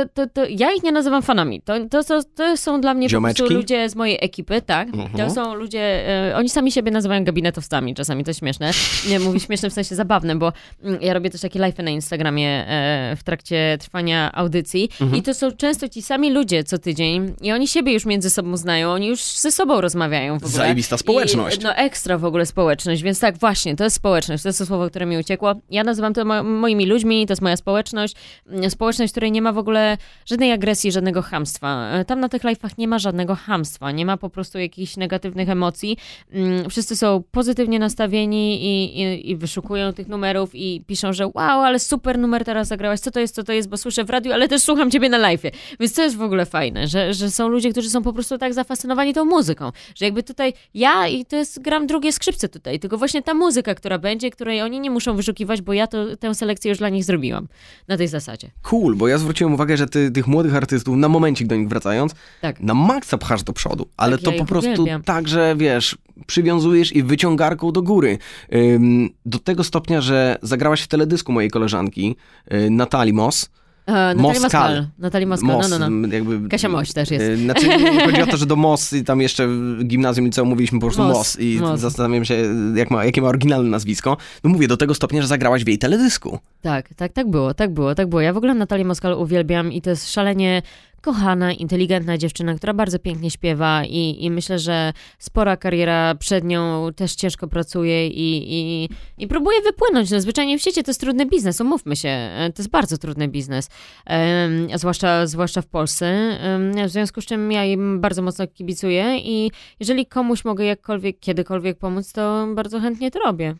ja ich nie nazywam fanami. To są dla mnie ziomeczki? Po prostu ludzie z mojej ekipy, tak. To są ludzie, oni sami siebie nazywają gabinetowcami, czasami to śmieszne. Nie mówię śmieszne w sensie zabawne, bo ja robię też takie live'y na Instagramie w trakcie trwania audycji i to są często ci sami ludzie co tydzień i oni siebie już między sobą znają, oni już ze sobą rozmawiają w ogóle. Zajebista społeczność. Ekstra w ogóle społeczność, więc tak właśnie, to jest społeczność, to jest to słowo, które mi uciekło. Ja nazywam to moimi ludźmi, to jest moja społeczność, w której nie ma w ogóle żadnej agresji, żadnego chamstwa. Tam na tych live'ach nie ma żadnego chamstwa, nie ma po prostu jakichś negatywnych emocji. Wszyscy są pozytywnie nastawieni i wyszukują tych numerów i piszą, że wow, ale super numer teraz zagrałaś, co to jest, bo słyszę w radiu, ale też słucham ciebie na live'ie. Więc to jest w ogóle fajne, że są ludzie, którzy są po prostu tak zafascynowani tą muzyką, że jakby tutaj gram drugie skrzypce tutaj, tylko właśnie ta muzyka, która będzie, której oni nie muszą wyszukiwać, bo ja tę selekcję już dla nich zrobiłam. Na tej zasadzie. Cool, bo ja zwróciłem uwagę, że ty tych młodych artystów, na momencik do nich wracając, na maksa pchasz do przodu, ale tak, to po prostu tak, że wiesz, przywiązujesz i wyciągarką do góry. Do tego stopnia, że zagrałaś w teledysku mojej koleżanki, Natalii Moss, Natalii Moskal, no. Jakby, Kasia Moś też jest. Znaczy, chodzi o to, że do MOS i tam jeszcze w gimnazjum i co mówiliśmy po prostu MOS i zastanawiam się, jakie ma oryginalne nazwisko. No mówię, do tego stopnia, że zagrałaś w jej teledysku. Tak było. Ja w ogóle Natalię Moskal uwielbiam i to jest szalenie kochana, inteligentna dziewczyna, która bardzo pięknie śpiewa i myślę, że spora kariera przed nią, też ciężko pracuje i próbuje wypłynąć. No, zwyczajnie w świecie to jest trudny biznes, umówmy się. To jest bardzo trudny biznes, zwłaszcza w Polsce. W związku z czym ja im bardzo mocno kibicuję i jeżeli komuś mogę jakkolwiek, kiedykolwiek pomóc, to bardzo chętnie to robię.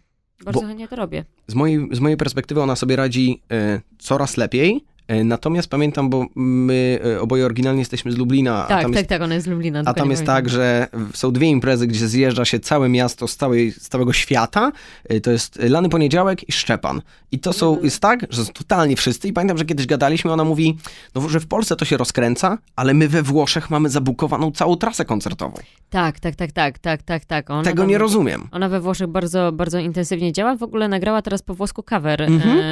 Z mojej perspektywy ona sobie radzi coraz lepiej. Natomiast pamiętam, bo my oboje oryginalnie jesteśmy z Lublina. Tak, ona jest z Lublina. A tam jest tak, że są dwie imprezy, gdzie zjeżdża się całe miasto z całego świata. To jest Lany Poniedziałek i Szczepan. I to jest tak, że są totalnie wszyscy. I pamiętam, że kiedyś gadaliśmy, ona mówi, no, że w Polsce to się rozkręca, ale my we Włoszech mamy zabukowaną całą trasę koncertową. Tak. Tego nie rozumiem. Ona we Włoszech bardzo, bardzo intensywnie działa. W ogóle nagrała teraz po włosku cover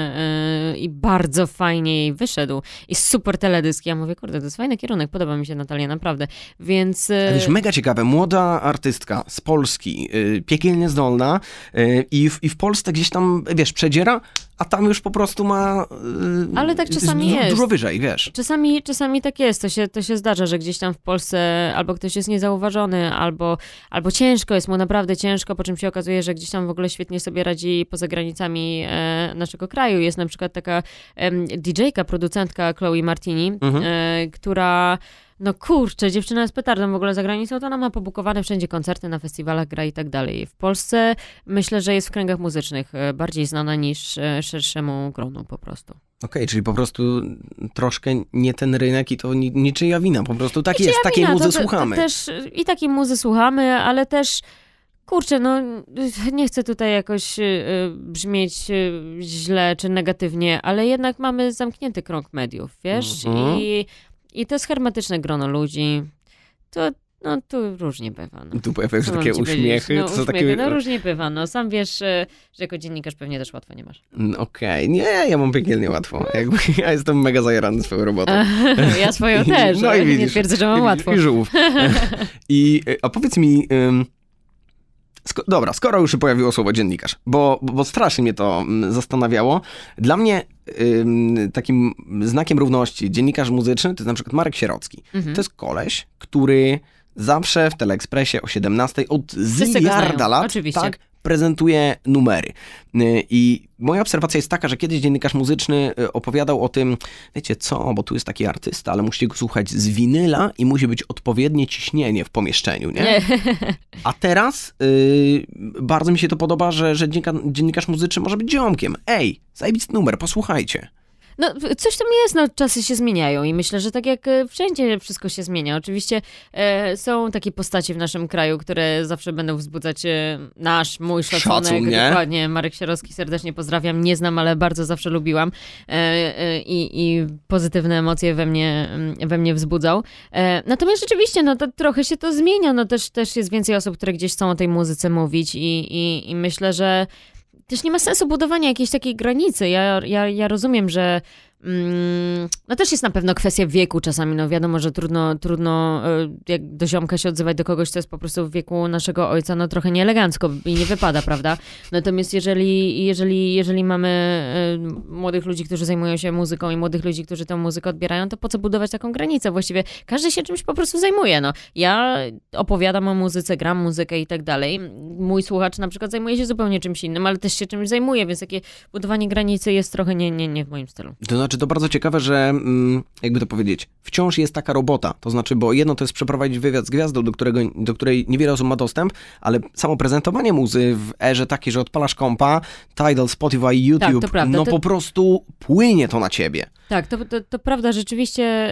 i bardzo fajnie jej wyszedł. I super teledysk. Ja mówię, kurde, to jest fajny kierunek, podoba mi się Natalia, naprawdę. Więc... Wiesz, mega ciekawe, młoda artystka z Polski, piekielnie zdolna i w Polsce gdzieś tam, wiesz, przedziera, a tam już po prostu ma... Ale tak czasami jest. Dużo wyżej, wiesz. Czasami tak jest. To się zdarza, że gdzieś tam w Polsce albo ktoś jest niezauważony, albo ciężko jest mu, naprawdę ciężko, po czym się okazuje, że gdzieś tam w ogóle świetnie sobie radzi poza granicami naszego kraju. Jest na przykład taka DJ-ka, producentka Chloe Martini, która... No kurczę, dziewczyna jest petardą w ogóle za granicą, to ona ma pobukowane wszędzie koncerty, na festiwalach gra i tak dalej. W Polsce myślę, że jest w kręgach muzycznych bardziej znana niż szerszemu gronu po prostu. Okej, czyli po prostu troszkę nie ten rynek i to niczyja wina, po prostu tak jest, takiej muzy słuchamy. I takiej muzy słuchamy, ale też... Kurczę, no nie chcę tutaj jakoś brzmieć źle czy negatywnie, ale jednak mamy zamknięty krąg mediów, wiesz? I to jest hermetyczne grono ludzi. Tu różnie bywa. No. Tu pojawiają się takie uśmiechy. No, uśmiechy, no różnie bywa. No sam wiesz, że jako dziennikarz pewnie też łatwo nie masz. Okej. Nie, ja mam piekielnie łatwo. Ja jestem mega zajarany swoją robotą. Ja swoją też. No i widzisz, nie twierdzę, że mam łatwo. I żółw. A powiedz mi... Dobra, skoro już się pojawiło słowo dziennikarz, bo strasznie mnie to zastanawiało. Dla mnie takim znakiem równości dziennikarz muzyczny to jest na przykład Marek Sierocki. To jest koleś, który zawsze w Teleekspresie o 17 od ziliarda lat oczywiście. Tak, prezentuje numery. I moja obserwacja jest taka, że kiedyś dziennikarz muzyczny opowiadał o tym, wiecie co, bo tu jest taki artysta, ale musicie go słuchać z winyla i musi być odpowiednie ciśnienie w pomieszczeniu, nie? A teraz bardzo mi się to podoba, że dziennikarz muzyczny może być ziomkiem. Ej, zajebisty numer, posłuchajcie. No, coś tam jest, no, czasy się zmieniają i myślę, że tak jak wszędzie wszystko się zmienia. Oczywiście są takie postacie w naszym kraju, które zawsze będą wzbudzać mój szacunek. Dokładnie, Marek Sierocki, serdecznie pozdrawiam. Nie znam, ale bardzo zawsze lubiłam i pozytywne emocje we mnie wzbudzał. Natomiast rzeczywiście, no to trochę się to zmienia. No też jest więcej osób, które gdzieś chcą o tej muzyce mówić i myślę, że też nie ma sensu budowania jakiejś takiej granicy. Ja rozumiem, że no też jest na pewno kwestia wieku czasami. No wiadomo, że trudno jak do ziomka się odzywać do kogoś, co jest po prostu w wieku naszego ojca, no trochę nieelegancko i nie wypada, prawda? Natomiast jeżeli mamy młodych ludzi, którzy zajmują się muzyką i młodych ludzi, którzy tę muzykę odbierają, to po co budować taką granicę? Właściwie każdy się czymś po prostu zajmuje. No. Ja opowiadam o muzyce, gram muzykę i tak dalej. Mój słuchacz na przykład zajmuje się zupełnie czymś innym, ale też się czymś zajmuje, więc takie budowanie granicy jest trochę nie w moim stylu. To znaczy, to bardzo ciekawe, że, jakby to powiedzieć, wciąż jest taka robota. To znaczy, bo jedno to jest przeprowadzić wywiad z gwiazdą, do której niewiele osób ma dostęp, ale samo prezentowanie muzy w erze takiej, że odpalasz kompa, Tidal, Spotify, YouTube, tak, to prawda, no po prostu płynie to na ciebie. Tak, to prawda, rzeczywiście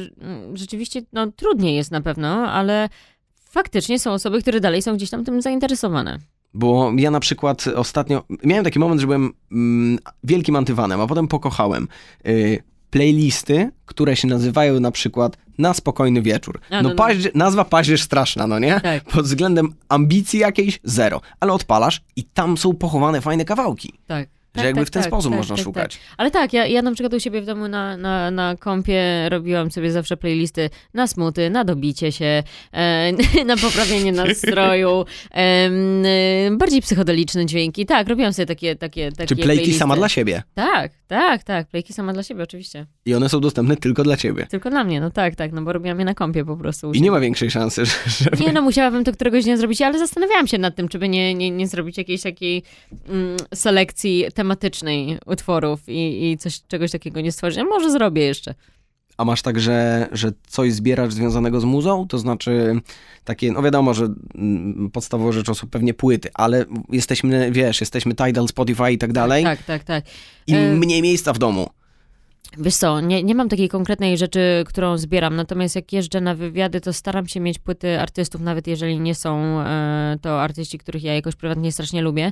no, trudniej jest na pewno, ale faktycznie są osoby, które dalej są gdzieś tam tym zainteresowane. Bo ja na przykład ostatnio miałem taki moment, że byłem wielkim antywanem, a potem pokochałem playlisty, które się nazywają na przykład Na spokojny wieczór. Nazwa paździerz straszna, no nie? Tak. Pod względem ambicji jakiejś zero. Ale odpalasz i tam są pochowane fajne kawałki. Tak. Że jakby w ten sposób można szukać. Tak. Ale tak, ja na przykład u siebie w domu na kompie robiłam sobie zawsze playlisty na smuty, na dobicie się, na poprawienie nastroju, bardziej psychodeliczne dźwięki. Tak, robiłam sobie takie Czy playki sama dla siebie? Tak, playki sama dla siebie, oczywiście. I one są dostępne tylko dla ciebie. Tylko dla mnie, no tak, no bo robiłam je na kompie po prostu. I nie ma większej szansy, żeby... Nie, no musiałabym to któregoś dnia zrobić, ale zastanawiałam się nad tym, czy by nie zrobić jakiejś takiej selekcji tematycznej utworów i czegoś takiego nie stworzyć. A może zrobię jeszcze. A masz tak, że coś zbierasz związanego z muzą? To znaczy takie, no wiadomo, że podstawową rzeczą są pewnie płyty, ale jesteśmy Tidal, Spotify i tak dalej. Tak. I mniej miejsca w domu. Wiesz co, nie mam takiej konkretnej rzeczy, którą zbieram, natomiast jak jeżdżę na wywiady, to staram się mieć płyty artystów, nawet jeżeli nie są to artyści, których ja jakoś prywatnie strasznie lubię,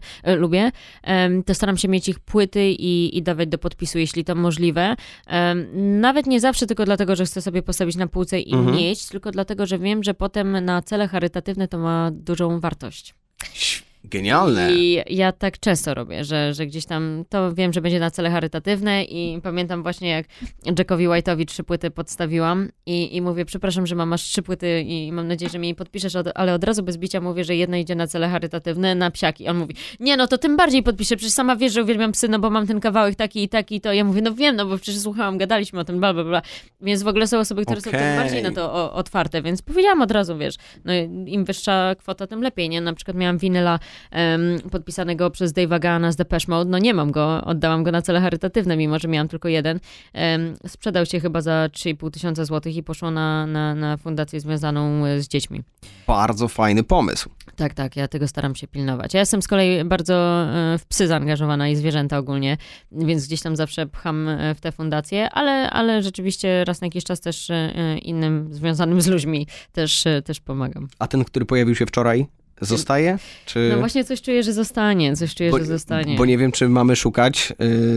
to staram się mieć ich płyty i dawać do podpisu, jeśli to możliwe. Nawet nie zawsze tylko dlatego, że chcę sobie postawić na półce i mieć, tylko dlatego, że wiem, że potem na cele charytatywne to ma dużą wartość. Genialne. I ja tak często robię, że gdzieś tam to wiem, że będzie na cele charytatywne i pamiętam właśnie jak Jackowi White'owi 3 płyty podstawiłam i mówię, przepraszam, że masz 3 płyty i mam nadzieję, że mi je podpiszesz, ale od razu bez bicia mówię, że jedna idzie na cele charytatywne, na psiaki. I on mówi, nie, no to tym bardziej podpiszę, przecież sama wiesz, że uwielbiam psy, no bo mam ten kawałek taki i taki, to ja mówię, no wiem, no bo przecież słuchałam, gadaliśmy o tym, bla, bla, bla. Więc w ogóle są osoby, które są tym bardziej na to otwarte, więc powiedziałam od razu, wiesz, no im wyższa kwota, tym lepiej, nie? Na przykład miałam winyla podpisanego przez Dave'a Gahana z Depeche Mode. No nie mam go, oddałam go na cele charytatywne, mimo że miałam tylko jeden. Sprzedał się chyba za 3,5 000 złotych i poszło na fundację związaną z dziećmi. Bardzo fajny pomysł. Tak, ja tego staram się pilnować. Ja jestem z kolei bardzo w psy zaangażowana i zwierzęta ogólnie, więc gdzieś tam zawsze pcham w te fundacje, ale rzeczywiście raz na jakiś czas też innym związanym z ludźmi też pomagam. A ten, który pojawił się wczoraj, zostaje? Czy... No właśnie coś czuję, że zostanie. Bo nie wiem, czy mamy szukać...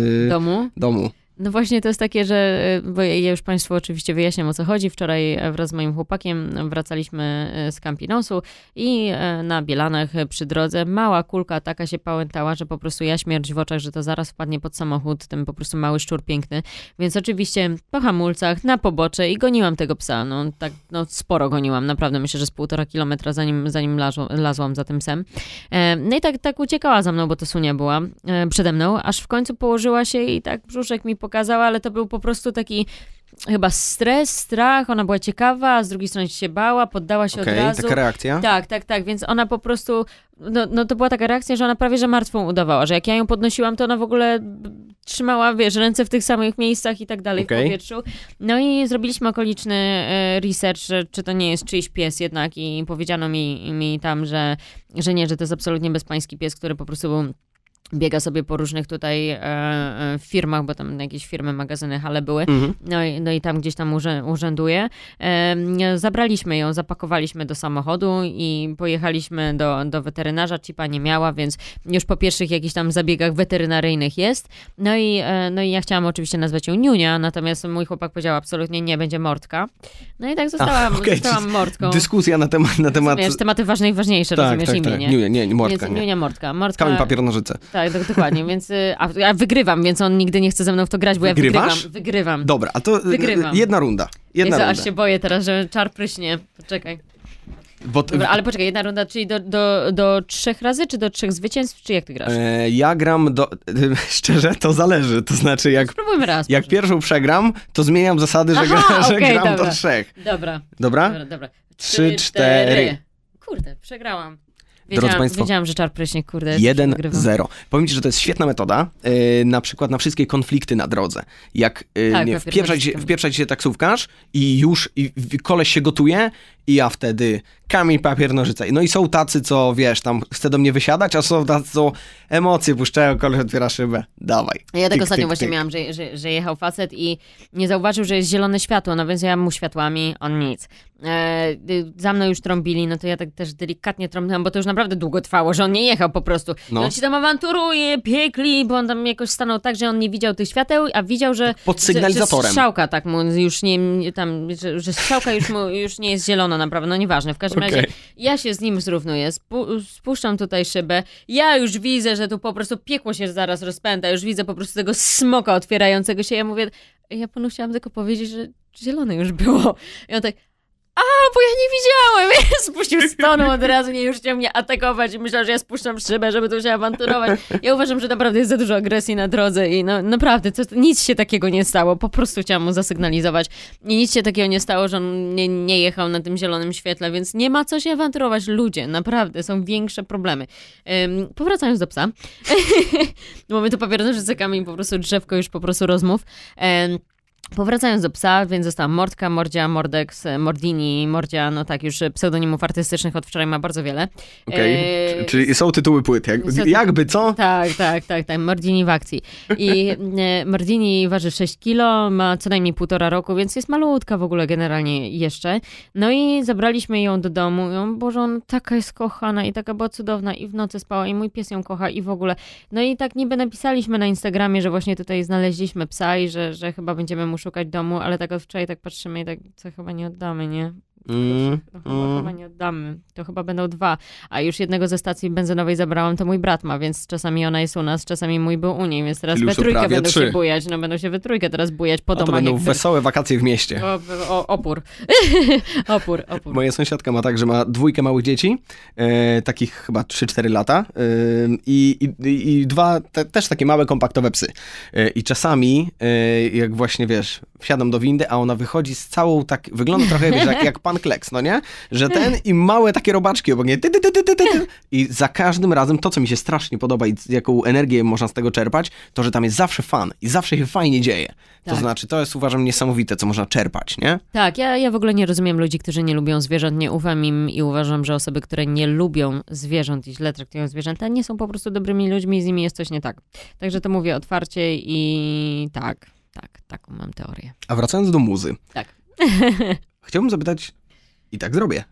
Domu. No właśnie to jest takie, że, bo ja już Państwu oczywiście wyjaśniam, o co chodzi. Wczoraj wraz z moim chłopakiem wracaliśmy z Campinosu i na Bielanach przy drodze mała kulka taka się pałętała, że po prostu ja śmierć w oczach, że to zaraz wpadnie pod samochód, ten po prostu mały szczur piękny. Więc oczywiście po hamulcach na pobocze i goniłam tego psa. No sporo goniłam, naprawdę myślę, że z 1,5 kilometra zanim lazłam za tym psem. No i tak uciekała za mną, bo to Sunia była przede mną, aż w końcu położyła się i tak brzuszek mi pokazała, ale to był po prostu taki chyba stres, strach, ona była ciekawa, a z drugiej strony się bała, poddała się od razu. Taka reakcja? Tak, więc ona po prostu, no to była taka reakcja, że ona prawie że martwą udawała, że jak ja ją podnosiłam, to ona w ogóle trzymała, wiesz, ręce w tych samych miejscach i tak dalej w powietrzu. No i zrobiliśmy okoliczny research, czy to nie jest czyjś pies jednak i powiedziano mi tam, że nie, że to jest absolutnie bezpański pies, który po prostu biega sobie po różnych tutaj firmach, bo tam jakieś firmy, magazyny, hale były. No i tam gdzieś tam urzęduje. Zabraliśmy ją, zapakowaliśmy do samochodu i pojechaliśmy do weterynarza. Chipa nie miała, więc już po pierwszych jakichś tam zabiegach weterynaryjnych jest. No i ja chciałam oczywiście nazwać ją Niunia, natomiast mój chłopak powiedział absolutnie nie, będzie Mordka. No i tak zostałam Mordką. Dyskusja na temat... Rozumiesz, tematy ważne i ważniejsze, rozumiesz imię, nie? Niunia, nie, Mordka. Więc Niunia, Mordka. Kamień, papier, nożyce. Tak, dokładnie, więc ja wygrywam, więc on nigdy nie chce ze mną w to grać, bo Wygrywasz? ja wygrywam. Dobra, a to jedna runda. Aż się boję teraz, że czar pryśnie. Poczekaj. Dobra, ale poczekaj, jedna runda, czyli do 3 razy, czy do 3 zwycięstw, czy jak ty grasz? Ja gram szczerze, to zależy, to znaczy spróbujmy raz. Jak pierwszą przegram, to zmieniam zasady, że gram do 3. Dobra? 3, 4. Kurde, przegrałam. Wiedziałam, że czar pryśnie, kurde. 1-0. Powiem ci, że to jest świetna metoda, na przykład na wszystkie konflikty na drodze. Jak wpieprzać się taksówkarz i koleś się gotuje i ja wtedy kamień, papier, nożyce. No i są tacy, co wiesz, tam chce do mnie wysiadać, a są tacy, co emocje puszczają, koleś otwiera szybę. Dawaj. Ja tak ostatnio właśnie miałam, że jechał facet i nie zauważył, że jest zielone światło, no więc ja mu światłami, on nic. Za mną już trąbili, no to ja tak też delikatnie trąbiłam, bo to już naprawdę długo trwało, że on nie jechał po prostu. No. On ci tam awanturuje, piekli, bo on tam jakoś stanął tak, że on nie widział tych świateł, a widział, że... Pod sygnalizatorem. Że strzałka tak mu już nie, tam, że strzałka już nie jest zielona naprawdę, no nieważne. W każdym razie ja się z nim zrównuję, spuszczam tutaj szybę, ja już widzę, że tu po prostu piekło się zaraz rozpęta, już widzę po prostu tego smoka otwierającego się, ja mówię, ja panu chciałam tylko powiedzieć, że zielone już było. I on tak, bo ja nie widziałem. Spuścił stonu od razu, już chciał mnie atakować i myślał, że ja spuszczam szybę, żeby tu się awanturować. Ja uważam, że naprawdę jest za dużo agresji na drodze i no naprawdę, nic się takiego nie stało. Po prostu chciałam mu zasygnalizować. I nic się takiego nie stało, że on nie jechał na tym zielonym świetle, więc nie ma co się awanturować. Ludzie, naprawdę, są większe problemy. Powracając do psa. Bo my tu papierosem czekamy po prostu drzewko już po prostu rozmów. Powracając do psa, więc została Mordka, Mordzia, Mordex, Mordini, Mordzia, no tak, już pseudonimów artystycznych od wczoraj ma bardzo wiele. Czyli są tytuły płyt, jakby co? Tak, Mordini w akcji. I Mordini waży 6 kilo, ma co najmniej 1,5 roku, więc jest malutka w ogóle generalnie jeszcze. No i zabraliśmy ją do domu i Boże, ona taka jest kochana i taka była cudowna i w nocy spała i mój pies ją kocha i w ogóle. No i tak niby napisaliśmy na Instagramie, że właśnie tutaj znaleźliśmy psa i że chyba będziemy mu szukać domu, ale tak od wczoraj tak patrzymy i tak, co chyba nie oddamy, nie? Chyba nie oddamy. To chyba będą 2. A już jednego ze stacji benzynowej zabrałam, to mój brat ma, więc czasami ona jest u nas, czasami mój był u niej, więc teraz we trójkę będą się bujać. No będą się we trójkę teraz bujać po domach. To będą wesołe wakacje w mieście. Opór. opór. Moja sąsiadka ma tak, że ma 2 małych dzieci, takich chyba 3-4 lata i 2 też takie małe, kompaktowe psy. I czasami, jak właśnie, wiesz, wsiadam do windy, a ona wychodzi z całą, tak, wygląda trochę, wiesz, jak pan Kleks, no nie? Że ten i małe takie robaczki obok niej. I za każdym razem to, co mi się strasznie podoba i jaką energię można z tego czerpać, to, że tam jest zawsze fan i zawsze się fajnie dzieje. Tak. To znaczy, to jest, uważam, niesamowite, co można czerpać, nie? Tak, ja w ogóle nie rozumiem ludzi, którzy nie lubią zwierząt, nie ufam im i uważam, że osoby, które nie lubią zwierząt i źle traktują zwierzęta, nie są po prostu dobrymi ludźmi i z nimi jest coś nie tak. Także to mówię otwarcie i taką mam teorię. A wracając do muzy. Tak. Chciałbym zapytać, i tak zrobię,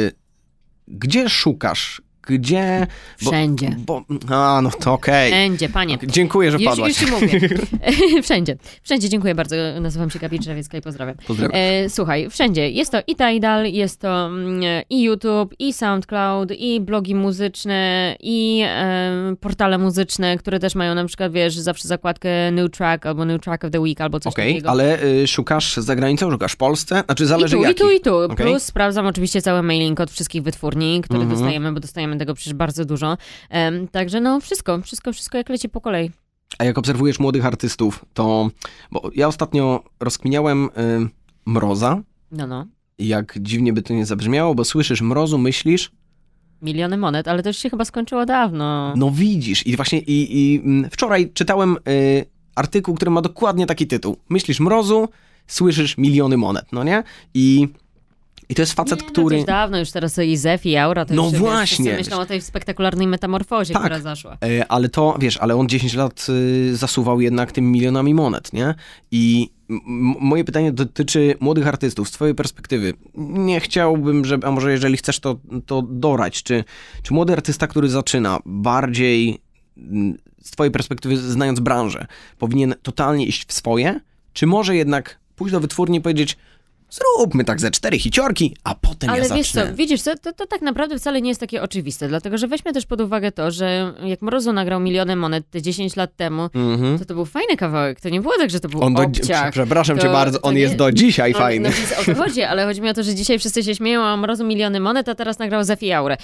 gdzie szukasz? Gdzie? Wszędzie. No to okej. Wszędzie, panie. Dziękuję, że wpadłaś. Już ci mówię. Wszędzie, dziękuję bardzo. Nazywam się Gabi Drzewiecka i pozdrawiam. Słuchaj, wszędzie. Jest to i Tidal, jest to i YouTube, i SoundCloud, i blogi muzyczne, i portale muzyczne, które też mają na przykład, wiesz, zawsze zakładkę New Track, albo New Track of the Week, albo coś takiego. Ale szukasz za granicą, szukasz w Polsce? Znaczy zależy jakich? I tu. Okay. Plus sprawdzam oczywiście cały mailing od wszystkich wytwórni, które dostajemy, bo dostajemy tego przecież bardzo dużo. Także no wszystko jak leci po kolei. A jak obserwujesz młodych artystów, to... Bo ja ostatnio rozkminiałem Mroza. No. Jak dziwnie by to nie zabrzmiało, bo słyszysz Mrozu, myślisz... Miliony monet, ale to już się chyba skończyło dawno. No widzisz. I właśnie wczoraj czytałem artykuł, który ma dokładnie taki tytuł. Myślisz Mrozu, słyszysz miliony monet, no nie? I to jest facet, który... No to dawno, już teraz i Zef, i Aura, to no już właśnie. Myślą o tej spektakularnej metamorfozie, tak, która zaszła. Ale to, wiesz, ale on 10 lat zasuwał jednak tymi milionami monet, nie? I moje pytanie dotyczy młodych artystów z twojej perspektywy. Nie chciałbym, a może jeżeli chcesz, to dorać. Czy młody artysta, który zaczyna bardziej z twojej perspektywy, znając branżę, powinien totalnie iść w swoje? Czy może jednak pójść do wytwórni i powiedzieć: zróbmy tak ze 4 hiciorki, a potem ja zacznę. Ale wiesz co, widzisz, to tak naprawdę wcale nie jest takie oczywiste, dlatego że weźmy też pod uwagę to, że jak Mrozu nagrał Miliony Monet te 10 lat temu, to był fajny kawałek, to nie było tak, że to był obciach. Przepraszam cię bardzo, on jest do dzisiaj fajny. No, o to chodzi, ale chodzi mi o to, że dzisiaj wszyscy się śmieją, a Mrozu Miliony Monet, a teraz nagrał Zef i Aurę.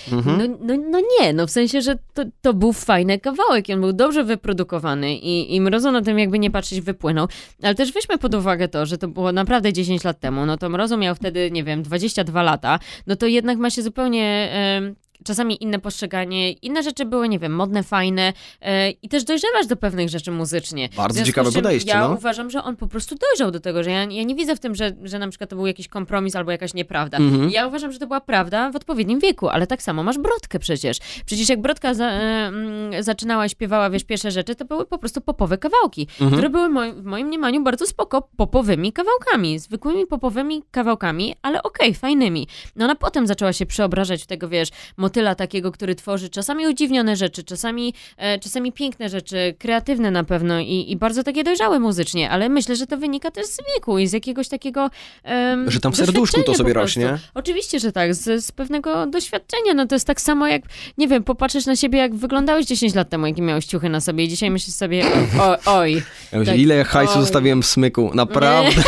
No w sensie, że to był fajny kawałek i on był dobrze wyprodukowany i Mrozu na tym jakby nie patrzeć wypłynął, ale też weźmy pod uwagę to, że to było naprawdę 10 lat temu, no to Mrozu miał wtedy, nie wiem, 22 lata, no to jednak ma się zupełnie czasami inne postrzeganie, inne rzeczy były, nie wiem, modne, fajne i też dojrzewasz do pewnych rzeczy muzycznie. Bardzo ciekawe podejście, ja uważam, że on po prostu dojrzał do tego, że ja nie widzę w tym, że na przykład to był jakiś kompromis albo jakaś nieprawda. Ja uważam, że to była prawda w odpowiednim wieku, ale tak samo masz Brodkę przecież. Przecież jak Brodka zaczynała i śpiewała, wiesz, pierwsze rzeczy, to były po prostu popowe kawałki, które były w moim mniemaniu bardzo spoko popowymi kawałkami, zwykłymi popowymi kawałkami, ale okej, fajnymi. No ona potem zaczęła się przeobrażać w tego, wiesz, motyla takiego, który tworzy czasami udziwnione rzeczy, czasami piękne rzeczy, kreatywne na pewno i bardzo takie dojrzałe muzycznie, ale myślę, że to wynika też z wieku i z jakiegoś takiego że tam w serduszku to sobie rośnie. Oczywiście, że tak, z pewnego doświadczenia. No to jest tak samo jak, nie wiem, popatrzysz na siebie, jak wyglądałeś 10 lat temu, jakie miałeś ciuchy na sobie i dzisiaj myślisz sobie, oj. Ja myślę, tak, ile hajsu zostawiłem w smyku, naprawdę.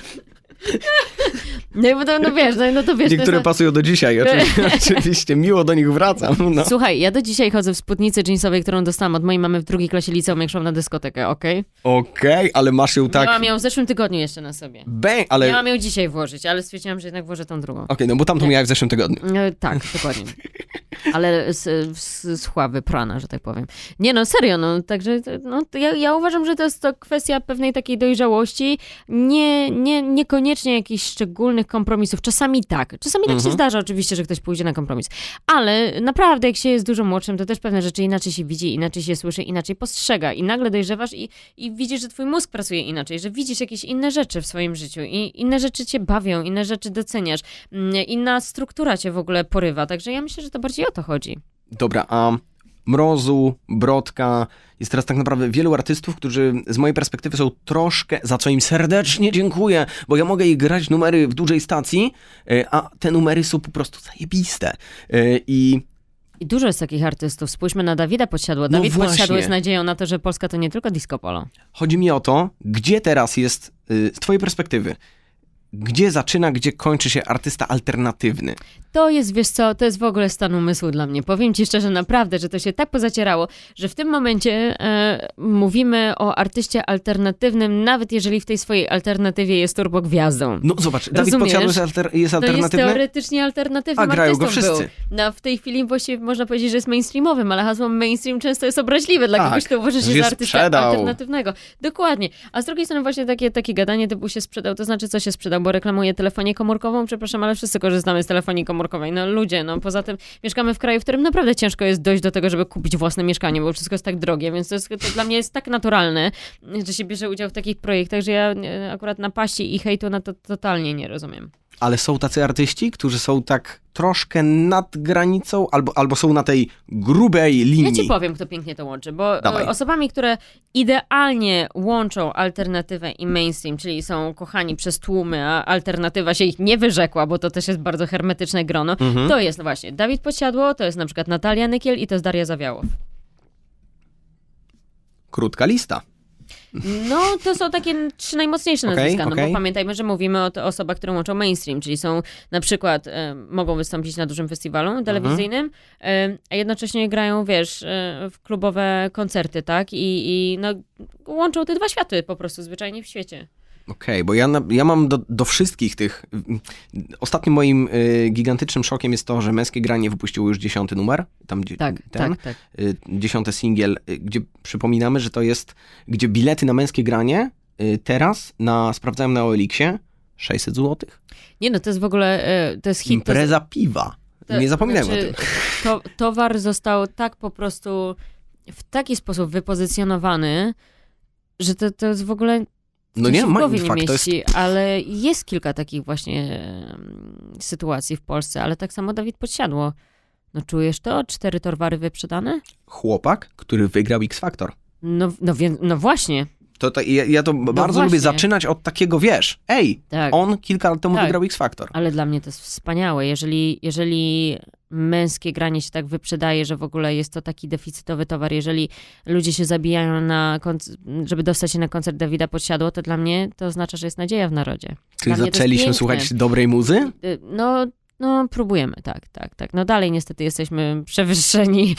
No to wiesz. Niektóre pasują do dzisiaj, oczywiście. Miło do nich wracam. No. Słuchaj, ja do dzisiaj chodzę w spódnicy jeansowej, którą dostałam od mojej mamy w drugiej klasie liceum, jak szłam na dyskotekę, okej? Okej, ale masz ją tak... Miałam ją w zeszłym tygodniu jeszcze na sobie. ale... Miałam ją dzisiaj włożyć, ale stwierdziłam, że jednak włożę tą drugą. Okej, no bo tamtą miałem w zeszłym tygodniu. Tak, dokładnie. Ale z chła wyprana, że tak powiem. Nie no, serio, no, także no, ja uważam, że to jest to kwestia pewnej takiej dojrzałości, niekoniecznie jakichś szczególnych kompromisów. Czasami tak się zdarza oczywiście, że ktoś pójdzie na kompromis, ale naprawdę jak się jest dużo młodszym, to też pewne rzeczy inaczej się widzi, inaczej się słyszy, inaczej postrzega i nagle dojrzewasz i widzisz, że twój mózg pracuje inaczej, że widzisz jakieś inne rzeczy w swoim życiu i inne rzeczy cię bawią, inne rzeczy doceniasz, inna struktura cię w ogóle porywa, także ja myślę, że to bardziej o to chodzi. Dobra, a Mrozu, Brodka, jest teraz tak naprawdę wielu artystów, którzy z mojej perspektywy są troszkę, za co im serdecznie dziękuję, bo ja mogę ich grać numery w dużej stacji, a te numery są po prostu zajebiste. I dużo jest takich artystów. Spójrzmy na Dawida Podsiadło. Dawid Podsiadło jest nadzieją na to, że Polska to nie tylko disco polo. Chodzi mi o to, gdzie teraz jest, z twojej perspektywy, gdzie zaczyna, gdzie kończy się artysta alternatywny? To jest, wiesz co, to jest w ogóle stan umysłu dla mnie. Powiem ci szczerze, naprawdę, że to się tak pozacierało, że w tym momencie mówimy o artyście alternatywnym, nawet jeżeli w tej swojej alternatywie jest turbogwiazdą. No zobacz, Dawid Podsiadło jest alternatywny? To jest teoretycznie alternatywnym a grają artystą go wszyscy. Był. No, w tej chwili właściwie można powiedzieć, że jest mainstreamowym, ale hasło mainstream często jest obraźliwe dla kogoś, kto uważa się za artystę alternatywnego. Dokładnie. A z drugiej strony właśnie takie gadanie typu się sprzedał, to znaczy co się sprzedał, bo reklamuje telefonię komórkową, przepraszam, ale wszyscy korzystamy z telefonii komórkowej. No ludzie, no poza tym mieszkamy w kraju, w którym naprawdę ciężko jest dojść do tego, żeby kupić własne mieszkanie, bo wszystko jest tak drogie, więc to dla mnie jest tak naturalne, że się bierze udział w takich projektach, że ja akurat napaści i hejtu na to totalnie nie rozumiem. Ale są tacy artyści, którzy są tak troszkę nad granicą, albo są na tej grubej linii. Ja ci powiem, kto pięknie to łączy, bo Dawaj. Osobami, które idealnie łączą alternatywę i mainstream, czyli są kochani przez tłumy, a alternatywa się ich nie wyrzekła, bo to też jest bardzo hermetyczne grono, to jest właśnie Dawid Podsiadło, to jest na przykład Natalia Nykiel i to jest Daria Zawiałow. Krótka lista. No, to są takie 3 najmocniejsze nazwiska, no bo pamiętajmy, że mówimy o osobach, które łączą mainstream, czyli są na przykład, mogą wystąpić na dużym festiwalu telewizyjnym, a jednocześnie grają, wiesz, w klubowe koncerty, tak? I no, łączą te dwa światy po prostu zwyczajnie w świecie. Okej, bo ja mam do wszystkich tych... Ostatnim moim gigantycznym szokiem jest to, że Męskie Granie wypuściło już 10. numer. Tam, tak. 10. singiel, gdzie przypominamy, że to jest... Gdzie bilety na Męskie Granie teraz sprawdzałem na OLX-ie 600 zł. Nie no, to jest w ogóle... to jest hit. Impreza piwa. Nie zapominajmy o tym. Towar został tak po prostu w taki sposób wypozycjonowany, że to jest w ogóle... No nie, w głowie nie fakt, mieści, to jest... ale jest kilka takich właśnie sytuacji w Polsce, ale tak samo Dawid Podsiadło. No czujesz to? 4 Torwary wyprzedane? Chłopak, który wygrał X Factor. No właśnie. Ja to bardzo lubię zaczynać od takiego, wiesz, tak. On kilka lat temu wygrał X Factor. Ale dla mnie to jest wspaniałe. Jeżeli Męskie Granie się tak wyprzedaje, że w ogóle jest to taki deficytowy towar, jeżeli ludzie się zabijają żeby dostać się na koncert Dawida Podsiadło, to dla mnie to oznacza, że jest nadzieja w narodzie. Czyli zaczęliśmy słuchać dobrej muzy? No próbujemy, tak. No dalej niestety jesteśmy przewyższeni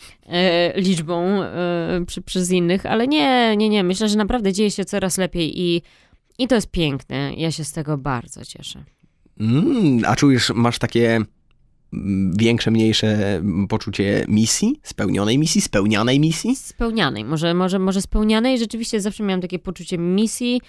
liczbą przez innych, ale nie. Myślę, że naprawdę dzieje się coraz lepiej i to jest piękne. Ja się z tego bardzo cieszę. A czujesz, masz takie większe, mniejsze poczucie misji? Spełnionej misji? Spełnianej misji? Spełnianej. Może spełnianej. Rzeczywiście zawsze miałam takie poczucie misji,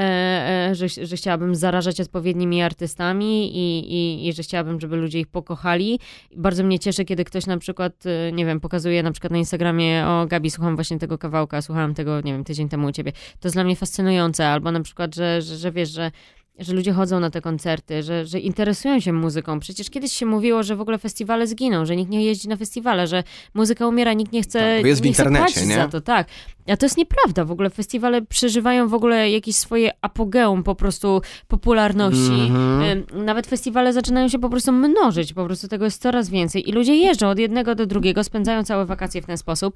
że chciałabym zarażać odpowiednimi artystami i że chciałabym, żeby ludzie ich pokochali. Bardzo mnie cieszy, kiedy ktoś na przykład, nie wiem, pokazuje na przykład na Instagramie: o Gabi, słucham właśnie tego kawałka, słuchałam tego, nie wiem, tydzień temu u ciebie. To jest dla mnie fascynujące. Albo na przykład, że wiesz, że że ludzie chodzą na te koncerty, że interesują się muzyką. Przecież kiedyś się mówiło, że w ogóle festiwale zginą, że nikt nie jeździ na festiwale, że muzyka umiera, nikt nie chce, Tak, bo jest w nie chce internecie, płacić nie? za to, tak. A to jest nieprawda. W ogóle festiwale przeżywają w ogóle jakieś swoje apogeum po prostu popularności. Nawet festiwale zaczynają się po prostu mnożyć. Po prostu tego jest coraz więcej. I ludzie jeżdżą od jednego do drugiego, spędzają całe wakacje w ten sposób.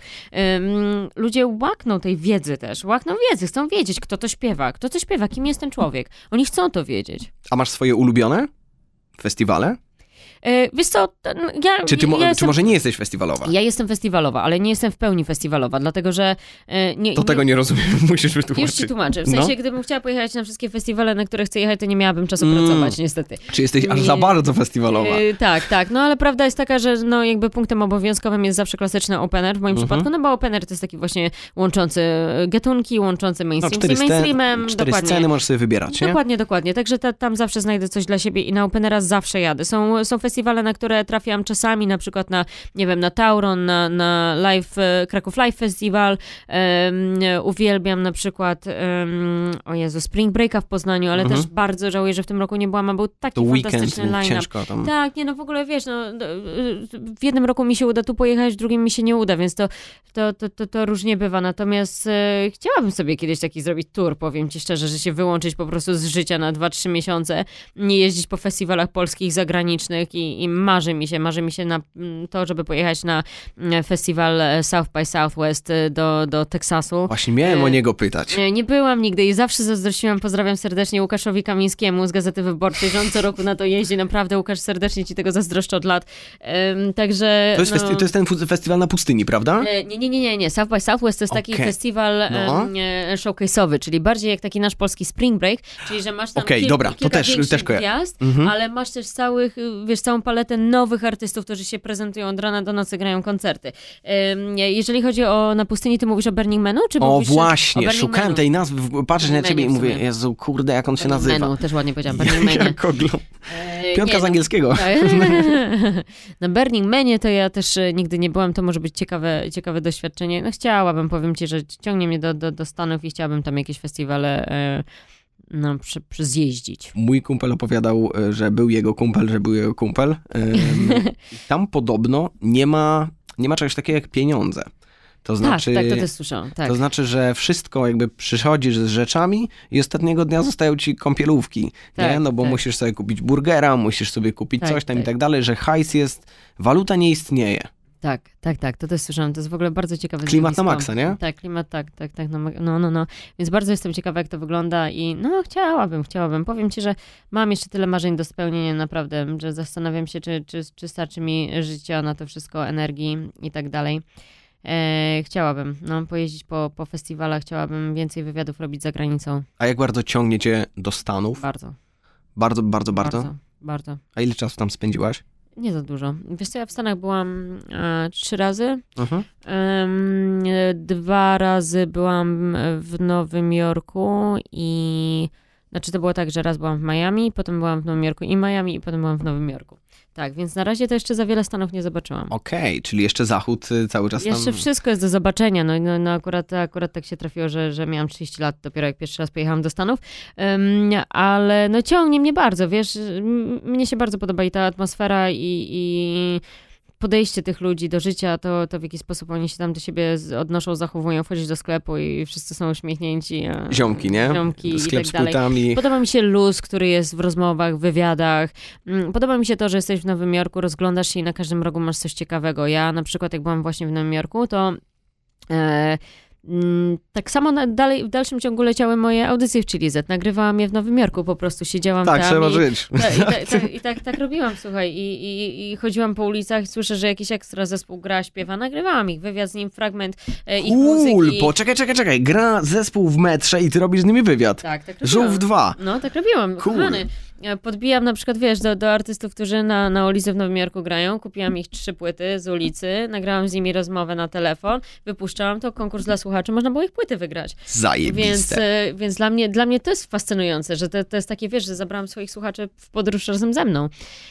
Ludzie łakną tej wiedzy też. Łakną wiedzy, chcą wiedzieć, kto to śpiewa, kim jest ten człowiek. Oni chcą to wiedzieć. A masz swoje ulubione festiwale? Wiesz co, ja... Czy może nie jesteś festiwalowa? Ja jestem festiwalowa, ale nie jestem w pełni festiwalowa, dlatego że... Tego nie rozumiem, musisz wytłumaczyć. Już ci tłumaczę. W sensie, gdybym chciała pojechać na wszystkie festiwale, na które chcę jechać, to nie miałabym czasu pracować, niestety. Czy jesteś aż za bardzo festiwalowa? Tak. No ale prawda jest taka, że jakby punktem obowiązkowym jest zawsze klasyczny open air w moim przypadku, no bo open air to jest taki właśnie łączący gatunki, łączący mainstream z mainstreamem. 4 sceny możesz sobie wybierać, nie? Dokładnie. Także tam zawsze znajdę coś dla siebie i na open aira zawsze jadę. Są festiwale, na które trafiam czasami, na przykład na Tauron, na Kraków Live Festival. Uwielbiam na przykład Spring Breaka w Poznaniu, ale też bardzo żałuję, że w tym roku nie byłam, a był taki fantastyczny line-up. Ciężko tam. Tak, w ogóle wiesz, w jednym roku mi się uda tu pojechać, w drugim mi się nie uda, więc to różnie bywa. Natomiast chciałabym sobie kiedyś taki zrobić tour, powiem ci szczerze, że się wyłączyć po prostu z życia na 2-3 miesiące, nie jeździć po festiwalach polskich, zagranicznych i marzy mi się na to, żeby pojechać na festiwal South by Southwest do Teksasu. Właśnie miałem o niego pytać. Nie byłam nigdy i zawsze zazdrościłam, pozdrawiam serdecznie Łukaszowi Kamińskiemu z Gazety Wyborczej, że on co roku na to jeździ. Naprawdę, Łukasz, serdecznie ci tego zazdroszczę od lat. Także... To jest ten festiwal na pustyni, prawda? Nie. South by Southwest to jest taki festiwal showcase'owy, czyli bardziej jak taki nasz polski Spring Break, czyli że masz tam kilka większych gwiazd, ale masz też całą paletę nowych artystów, którzy się prezentują od rana do nocy, grają koncerty. Jeżeli chodzi na pustyni, ty mówisz o Burning Manu? Czy mówisz właśnie, szukałem tej nazwy, patrzę na ciebie i mówię, Jezu, kurde, jak on się nazywa. Manu, też ładnie powiedziałam, Burning Manie. Piątka z angielskiego. Na Burning Manie to ja też nigdy nie byłam, to może być ciekawe doświadczenie. No chciałabym, powiem ci, że ciągnie mnie do Stanów i chciałabym tam jakieś festiwale zjeździć. Mój kumpel opowiadał, że był jego kumpel. Tam podobno nie ma czegoś takiego jak pieniądze. To znaczy, tak, to też słyszałam. Tak. To znaczy, że wszystko jakby przychodzisz z rzeczami i ostatniego dnia zostają ci kąpielówki, nie? No bo musisz sobie kupić burgera, musisz sobie kupić coś tam i tak dalej, że hajs jest, waluta nie istnieje. Tak, to też słyszałam. To jest w ogóle bardzo ciekawe Klimat zjawisko. na maksa, nie? Tak, klimat, tak. No. Więc bardzo jestem ciekawa, jak to wygląda i chciałabym. Powiem ci, że mam jeszcze tyle marzeń do spełnienia naprawdę, że zastanawiam się, czy starczy mi życia na to wszystko, energii i tak dalej. Chciałabym pojeździć po festiwalach, chciałabym więcej wywiadów robić za granicą. A jak bardzo ciągnie cię do Stanów? Bardzo. Bardzo? A ile czasu tam spędziłaś? Nie za dużo. Wiesz co, ja w Stanach byłam 3 razy. 2 razy byłam w Nowym Jorku i... Znaczy to było tak, że raz byłam w Miami, potem byłam w Nowym Jorku i Miami i potem byłam w Nowym Jorku. Tak, więc na razie to jeszcze za wiele Stanów nie zobaczyłam. Okej, czyli jeszcze Zachód cały czas tam... Jeszcze wszystko jest do zobaczenia. No akurat tak się trafiło, że miałam 30 lat dopiero jak pierwszy raz pojechałam do Stanów. Ale ciągnie mnie bardzo, wiesz, mnie się bardzo podoba i ta atmosfera i podejście tych ludzi do życia, to w jaki sposób oni się tam do siebie odnoszą, zachowują, wchodzisz do sklepu i wszyscy są uśmiechnięci. Ziomki, nie? Ziomki sklep i tak z płytami. Podoba mi się luz, który jest w rozmowach, w wywiadach. Podoba mi się to, że jesteś w Nowym Jorku, rozglądasz się i na każdym rogu masz coś ciekawego. Ja na przykład jak byłam właśnie w Nowym Jorku, to tak samo w dalszym ciągu leciały moje audycje w Chili Z. Nagrywałam je w Nowym Jorku, po prostu siedziałam tam. Tak, trzeba żyć. Tak robiłam, słuchaj. I chodziłam po ulicach i słyszę, że jakiś ekstra zespół gra, śpiewa. Nagrywałam ich, wywiad z nim, fragment ich muzyki. Czekaj. Gra zespół w metrze i ty robisz z nimi wywiad. Tak robiłam. Żółw 2. No, tak robiłam. Cool. Kochany. podbijam na przykład, wiesz, do artystów, którzy na ulicy w Nowym Jorku grają, kupiłam ich 3 płyty z ulicy, nagrałam z nimi rozmowę na telefon, wypuszczałam to, konkurs dla słuchaczy, można było ich płyty wygrać. Zajebiste. Więc dla mnie to jest fascynujące, że to jest takie, wiesz, że zabrałam swoich słuchaczy w podróż razem ze mną.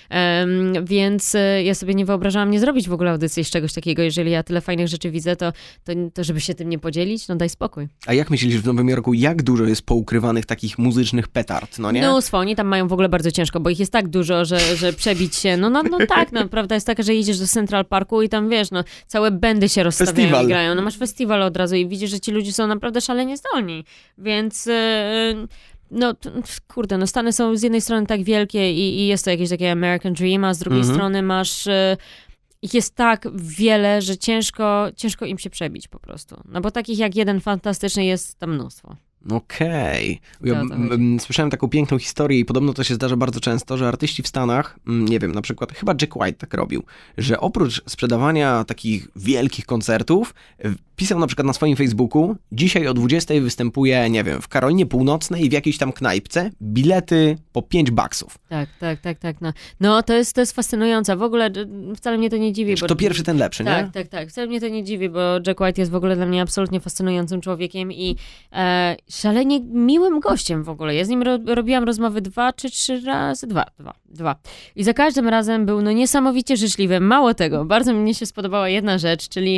Więc ja sobie nie wyobrażałam nie zrobić w ogóle audycji z czegoś takiego, jeżeli ja tyle fajnych rzeczy widzę, to żeby się tym nie podzielić, no daj spokój. A jak myślisz w Nowym Jorku, jak dużo jest poukrywanych takich muzycznych petard, no nie? Mnóstwo, oni tam mają w ogóle bardzo ciężko, bo ich jest tak dużo, że przebić się, no tak, no, prawda jest taka, że idziesz do Central Parku i tam, wiesz, no, całe bendy się rozstawiają Festiwal. I grają, no masz festiwal od razu i widzisz, że ci ludzie są naprawdę szalenie zdolni, więc... No, kurde, no Stany są z jednej strony tak wielkie i jest to jakieś takie American Dream, a z drugiej strony masz... Ich jest tak wiele, że ciężko im się przebić po prostu. No bo takich jak jeden fantastyczny jest tam mnóstwo. Okej. Ja słyszałem taką piękną historię i podobno to się zdarza bardzo często, że artyści w Stanach, nie wiem, na przykład chyba Jack White tak robił, że oprócz sprzedawania takich wielkich koncertów, pisał na przykład na swoim Facebooku, dzisiaj o 20 występuje, nie wiem, w Karolinie Północnej w jakiejś tam knajpce, bilety po $5. Tak. No to jest fascynujące. W ogóle wcale mnie to nie dziwi. Bo to pierwszy ten lepszy, nie? Tak. Wcale mnie to nie dziwi, bo Jack White jest w ogóle dla mnie absolutnie fascynującym człowiekiem i szalenie miłym gościem w ogóle. Ja z nim robiłam rozmowy 2 czy 3 razy. Dwa. I za każdym razem był niesamowicie życzliwy. Mało tego, bardzo mnie się spodobała jedna rzecz, czyli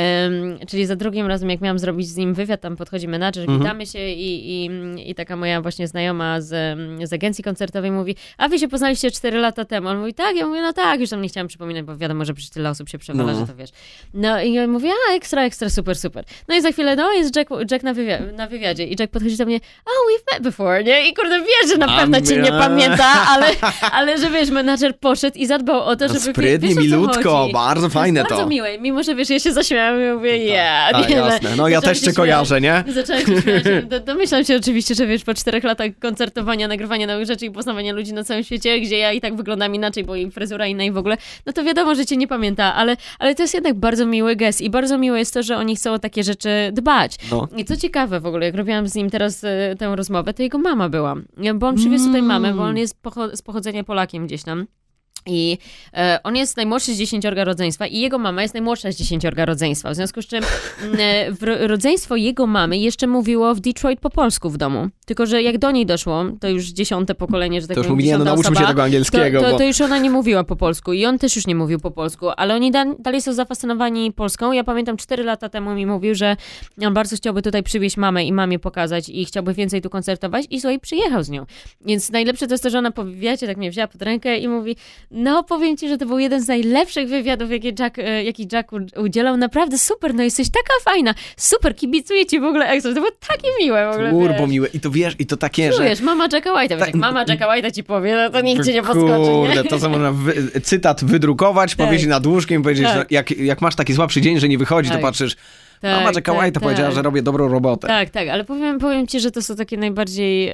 za drugim razem, jak miałam zrobić z nim wywiad, tam podchodzi menadżer, witamy się i taka moja właśnie znajoma z agencji koncertowej mówi, a wy się poznaliście 4 lata temu. On mówi, tak? Ja mówię, no tak, już tam nie chciałam przypominać, bo wiadomo, że przecież tyle osób się przewala, że to wiesz. No i ja mówię, ekstra, super. No i za chwilę, jest Jack na wywiadzie i Jack podchodzi do mnie, we've met before, nie? I kurde, wiesz, że na pewno cię nie pamięta, ale że wiesz, menadżer poszedł i zadbał o to, żeby... Sprytnie, milutko, bardzo fajne to. Bardzo miłe, mimo że wiesz, ja się zaśmiałam i mówię, jasne, no ja też cię kojarzę, nie? Zaczęłam się śmiać. Domyślam się oczywiście, że wiesz, po 4 latach koncertowania, nagrywania nowych rzeczy i poznawania ludzi na całym świecie, gdzie ja i tak wyglądam inaczej, bo i fryzura inna i w ogóle, no to wiadomo, że cię nie pamięta, ale to jest jednak bardzo miły gest i bardzo miłe jest to, że oni chcą o takie rzeczy dbać. No. I co ciekawe w ogóle, jak robiłam z nim teraz tę rozmowę, to jego mama była, bo on przywiózł tutaj mamę, bo on jest z pochodzenia Polakiem gdzieś tam. I on jest najmłodszy z 10 rodzeństwa i jego mama jest najmłodsza z 10 rodzeństwa. W związku z czym rodzeństwo jego mamy jeszcze mówiło w Detroit po polsku w domu. Tylko, że jak do niej doszło, to już 10 pokolenie, że tak powiem, 10 osoba, nauczmy się tego angielskiego. To już ona nie mówiła po polsku i on też już nie mówił po polsku, ale oni dalej są zafascynowani Polską. Ja pamiętam 4 lata temu mi mówił, że on bardzo chciałby tutaj przywieźć mamę i mamie pokazać i chciałby więcej tu koncertować i słuchaj, przyjechał z nią. Więc najlepsze to jest to, że ona po wywiadzie tak mnie wzięła pod rękę i mówi, no powiem ci, że to był jeden z najlepszych wywiadów, jaki Jack udzielał. Naprawdę super, no jesteś taka fajna. Super, kibicuję ci w ogóle ekstra. To było takie miłe w ogóle. Turbo miłe. I to wiesz, i to takie, że... Wiesz, mama Jacka White'a. Jak mama Jacka White'a ci powie, no to nikt cię nie podskoczy. Kurde, to co można cytat wydrukować, powiedzieć nad łóżkiem i powiedzieć, że jak masz taki słabszy dzień, że nie wychodzi, to patrzysz... Mama Jacka White'a powiedziała, że robię dobrą robotę. Tak, ale powiem ci, że to są takie najbardziej...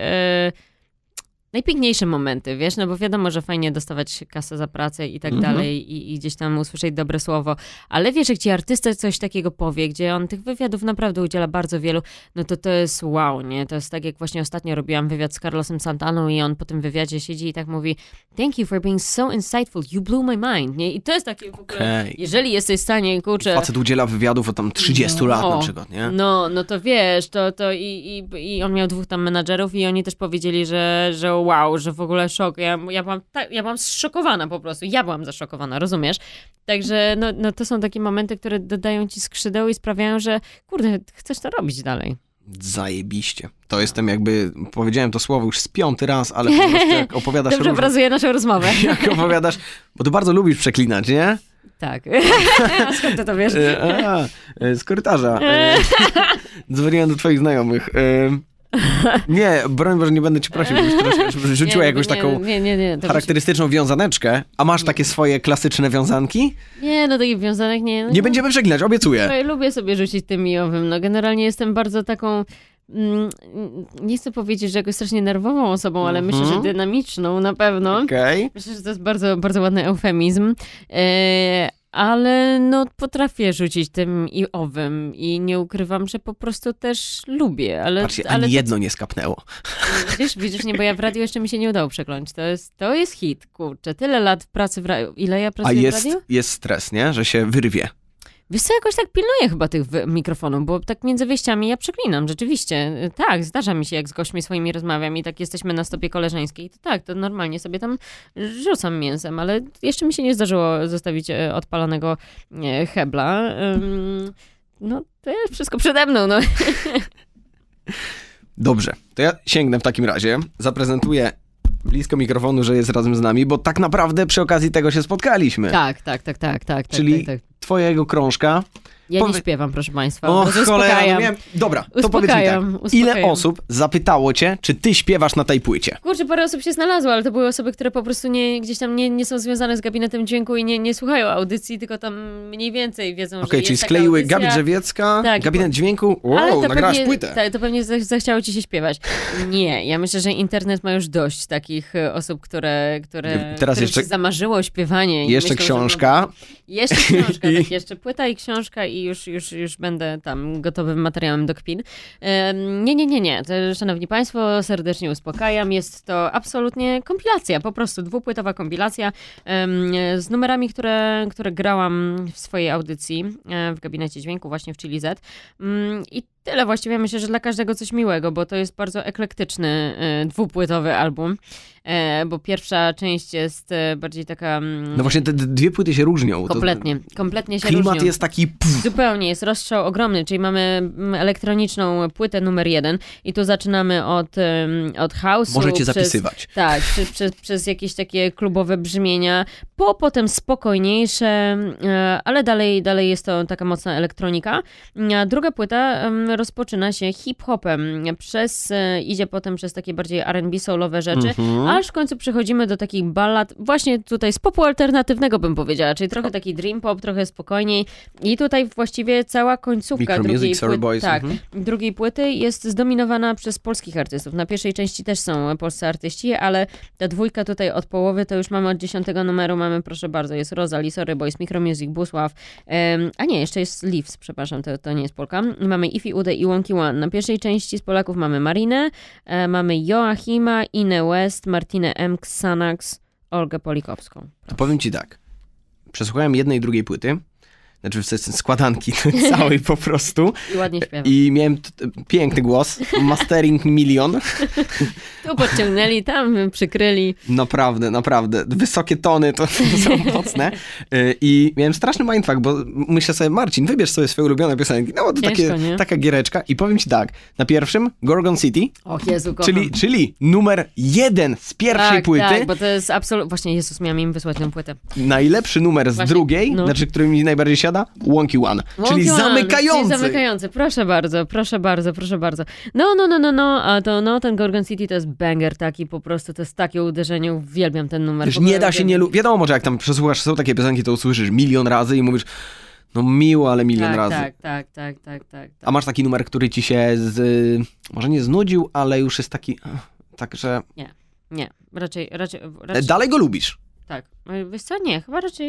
najpiękniejsze momenty, wiesz, no bo wiadomo, że fajnie dostawać kasę za pracę i tak dalej i gdzieś tam usłyszeć dobre słowo, ale wiesz, jak ci artysta coś takiego powie, gdzie on tych wywiadów naprawdę udziela bardzo wielu, no to jest wow, nie? To jest tak, jak właśnie ostatnio robiłam wywiad z Carlosem Santaną i on po tym wywiadzie siedzi i tak mówi, thank you for being so insightful, you blew my mind, nie? I to jest takie w ogóle, jeżeli jesteś w stanie, kurczę... Facet udziela wywiadów od tam 30 lat na przykład, nie? No to wiesz, i on miał 2 tam menadżerów i oni też powiedzieli, że wow, że w ogóle szok. Ja byłam zszokowana po prostu. Ja byłam zaszokowana, rozumiesz? Także no to są takie momenty, które dodają ci skrzydeł i sprawiają, że kurde, chcesz to robić dalej. Zajebiście. To jestem powiedziałem to słowo już z 5. raz, ale po prostu jak opowiadasz... Dobrze obrazuje naszą rozmowę. Jak opowiadasz, bo ty bardzo lubisz przeklinać, nie? Tak. A skąd ty to wiesz? Z korytarza. Dzwoniłem do twoich znajomych. Nie, broń Boże, nie będę ci prosił, żebyś rzuciła jakąś taką charakterystyczną wiązaneczkę. A masz takie swoje klasyczne wiązanki? Nie, no takich wiązanek nie. Nie będziemy przeklinać, obiecuję. Lubię sobie rzucić tym miłowym. No generalnie jestem bardzo taką... nie chcę powiedzieć, że jakoś strasznie nerwową osobą, ale myślę, że dynamiczną na pewno. Okay. Myślę, że to jest bardzo, bardzo ładny eufemizm. ale no potrafię rzucić tym i owym i nie ukrywam, że po prostu też lubię, ale... Patrzcie, ale ani jedno nie skapnęło. Widzisz, nie, bo ja w radiu jeszcze mi się nie udało przekląć. To jest hit, kurczę. Tyle lat pracy w radiu. Ile ja pracuję w radiu? Jest stres, nie? Że się wyrwie. Wiesz co, jakoś tak pilnuję chyba tych mikrofonów, bo tak między wyjściami ja przeklinam, rzeczywiście. Tak, zdarza mi się, jak z gośćmi swoimi rozmawiam i tak jesteśmy na stopie koleżeńskiej, to tak, to normalnie sobie tam rzucam mięsem, ale jeszcze mi się nie zdarzyło zostawić odpalonego hebla. No, to jest wszystko przede mną, no. Dobrze, to ja sięgnę w takim razie, zaprezentuję blisko mikrofonu, że jest razem z nami, bo tak naprawdę przy okazji tego się spotkaliśmy. Tak. Czyli tak. twojego krążka. Ja nie śpiewam, proszę państwa. O cholera, no dobra, to powiedz mi tak. Ile osób zapytało cię, czy ty śpiewasz na tej płycie? Kurczę, parę osób się znalazło, ale to były osoby, które po prostu gdzieś tam nie są związane z gabinetem dźwięku i nie słuchają audycji, tylko tam mniej więcej wiedzą, że Okej, czyli jest skleiły audycja. Gabi Drzewiecka, tak, gabinet dźwięku, nagrałaś płytę. Tak, to pewnie zachciało ci się śpiewać. Nie, ja myślę, że internet ma już dość takich osób, Teraz którym się zamarzyło śpiewanie. Jeszcze myślą, książka. Jeszcze książka, tak, jeszcze płyta i książka i już będę tam gotowym materiałem do kpin. Nie. To, szanowni państwo, serdecznie uspokajam. Jest to absolutnie kompilacja, po prostu dwupłytowa kompilacja z numerami, które grałam w swojej audycji w gabinecie dźwięku, właśnie w Chili Z. I tyle właściwie. Myślę, że dla każdego coś miłego, bo to jest bardzo eklektyczny dwupłytowy album, bo pierwsza część jest bardziej taka... No właśnie te dwie płyty się różnią. Kompletnie się klimat różnią. jest taki... Zupełnie, jest rozstrzał ogromny, czyli mamy elektroniczną płytę numer 1 i tu zaczynamy od house'u. Możecie zapisywać. Tak, przez jakieś takie klubowe brzmienia, potem spokojniejsze, ale dalej jest to taka mocna elektronika. A druga płyta rozpoczyna się hip-hopem, idzie potem przez takie bardziej R&B soulowe rzeczy, aż w końcu przechodzimy do takich ballad, właśnie tutaj z popu alternatywnego bym powiedziała, czyli trochę taki dream pop, trochę spokojniej i tutaj właściwie cała końcówka drugiej płyty jest zdominowana przez polskich artystów. Na pierwszej części też są polscy artyści, ale ta dwójka tutaj od połowy, to już mamy od 10 numeru, mamy proszę bardzo, jest Rosalie, Sorry Boys, Micro Music, Busław, a nie, jeszcze jest Leaves, przepraszam, to nie jest Polka. Mamy Ify Ude i Wonky One. Na pierwszej części z Polaków mamy Marinę, mamy Joachima, Inę West, Martinę M, Xanax, Olgę Polikowską. To powiem ci tak, przesłuchałem jednej i drugiej płyty, znaczy w sensie składanki całej po prostu. I ładnie śpiewa. I miałem piękny głos, mastering milion. Tu podciągnęli, tam przykryli. Naprawdę. Wysokie tony to są mocne. I miałem straszny mindfuck, bo myślę sobie, Marcin, wybierz sobie swoje ulubione piosenki. No bo to taka giereczka. I powiem ci tak, na pierwszym Gorgon City. Och Jezu, kocham. Czyli numer 1 z pierwszej płyty. Tak, bo to jest absolutnie... Właśnie, Jezus, miałam im wysłać tę płytę. Najlepszy numer z drugiej, znaczy, który mi najbardziej siada, Wonky One. Czyli zamykający. Proszę bardzo. No, a to ten Gorgon City to jest banger taki, po prostu to jest takie uderzenie, uwielbiam ten numer. Wiesz, nie da się nie lubić. Wiadomo, że jak tam przesłuchasz, są takie piosenki, to usłyszysz milion razy i mówisz, no miło, ale milion razy. Tak. A masz taki numer, który ci się może nie znudził, ale już jest taki, tak, że... Nie, raczej... Dalej go lubisz. Tak. Wiesz co, nie,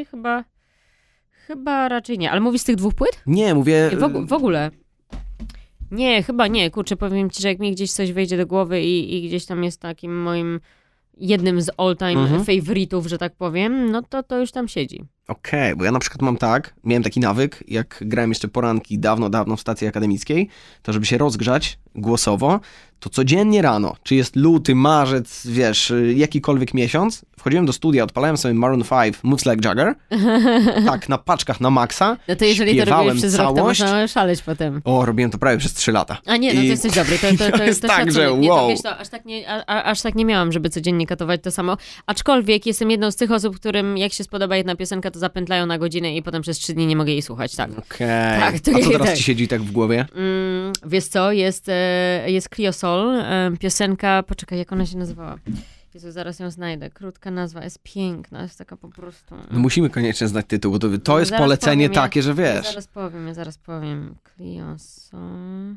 Chyba raczej nie. Ale mówisz z tych dwóch płyt? Nie, mówię... W ogóle. Nie, chyba nie. Kurczę, powiem ci, że jak mi gdzieś coś wejdzie do głowy i gdzieś tam jest takim moim jednym z all-time faworitów, że tak powiem, no to już tam siedzi. Okej, bo ja na przykład miałem taki nawyk, jak grałem jeszcze poranki dawno w stacji akademickiej, to żeby się rozgrzać głosowo, to codziennie rano, czy jest luty, marzec, wiesz, jakikolwiek miesiąc, wchodziłem do studia, odpalałem sobie Maroon 5, Moves Like Jagger, tak, na paczkach na maksa, no to jeżeli to robiłeś przez rok, to można szaleć potem. Robiłem to prawie przez 3 lata. A nie, no to jesteś dobry, to jest tak, że wow. Nie, to wiesz to, aż tak nie miałam, żeby codziennie katować to samo, aczkolwiek jestem jedną z tych osób, którym jak się spodoba jedna piosenka, to zapętlają na godzinę i potem przez 3 dni nie mogę jej słuchać, tak. Okej. Tak, a co teraz ci siedzi tak w głowie? Wiesz co, jest Clio Soul, piosenka, poczekaj, jak ona się nazywała? Jezu, zaraz ją znajdę. Krótka nazwa, jest piękna, jest taka po prostu... No musimy koniecznie znać tytuł, bo to jest polecenie takie, że wiesz. Ja zaraz powiem. Clio Soul...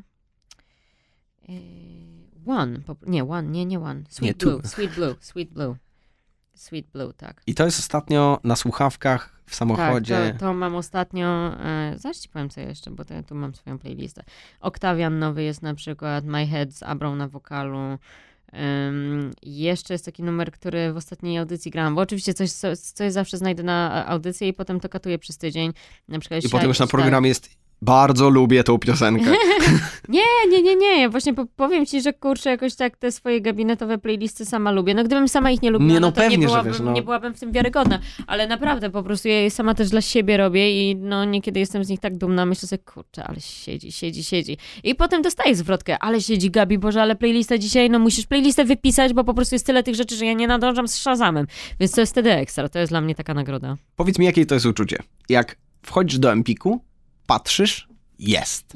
One. Nie One. Sweet Blue. Sweet Blue, tak. I to jest ostatnio na słuchawkach w samochodzie. Tak, to mam ostatnio, zaś ci powiem co jeszcze, bo tu mam swoją playlistę. Octavian nowy jest na przykład, My Head z Abrą na wokalu. Jeszcze jest taki numer, który w ostatniej audycji grałam, bo oczywiście coś zawsze znajdę na audycję i potem to katuję przez tydzień. Na przykład I potem już na programie jest bardzo lubię tą piosenkę. Nie. Właśnie powiem ci, że kurczę, jakoś tak te swoje gabinetowe playlisty sama lubię. No gdybym sama ich nie lubiła, to pewnie, że wiesz, nie byłabym w tym wiarygodna. Ale naprawdę, po prostu ja je sama też dla siebie robię i no niekiedy jestem z nich tak dumna. Myślę sobie, kurczę, ale siedzi. I potem dostaję zwrotkę, ale siedzi Gabi, Boże, ale playlista dzisiaj, no musisz playlistę wypisać, bo po prostu jest tyle tych rzeczy, że ja nie nadążam z Shazamem. Więc to jest wtedy ekstra. To jest dla mnie taka nagroda. Powiedz mi, jakie to jest uczucie? Jak wchodzisz do Empiku, patrzysz, jest.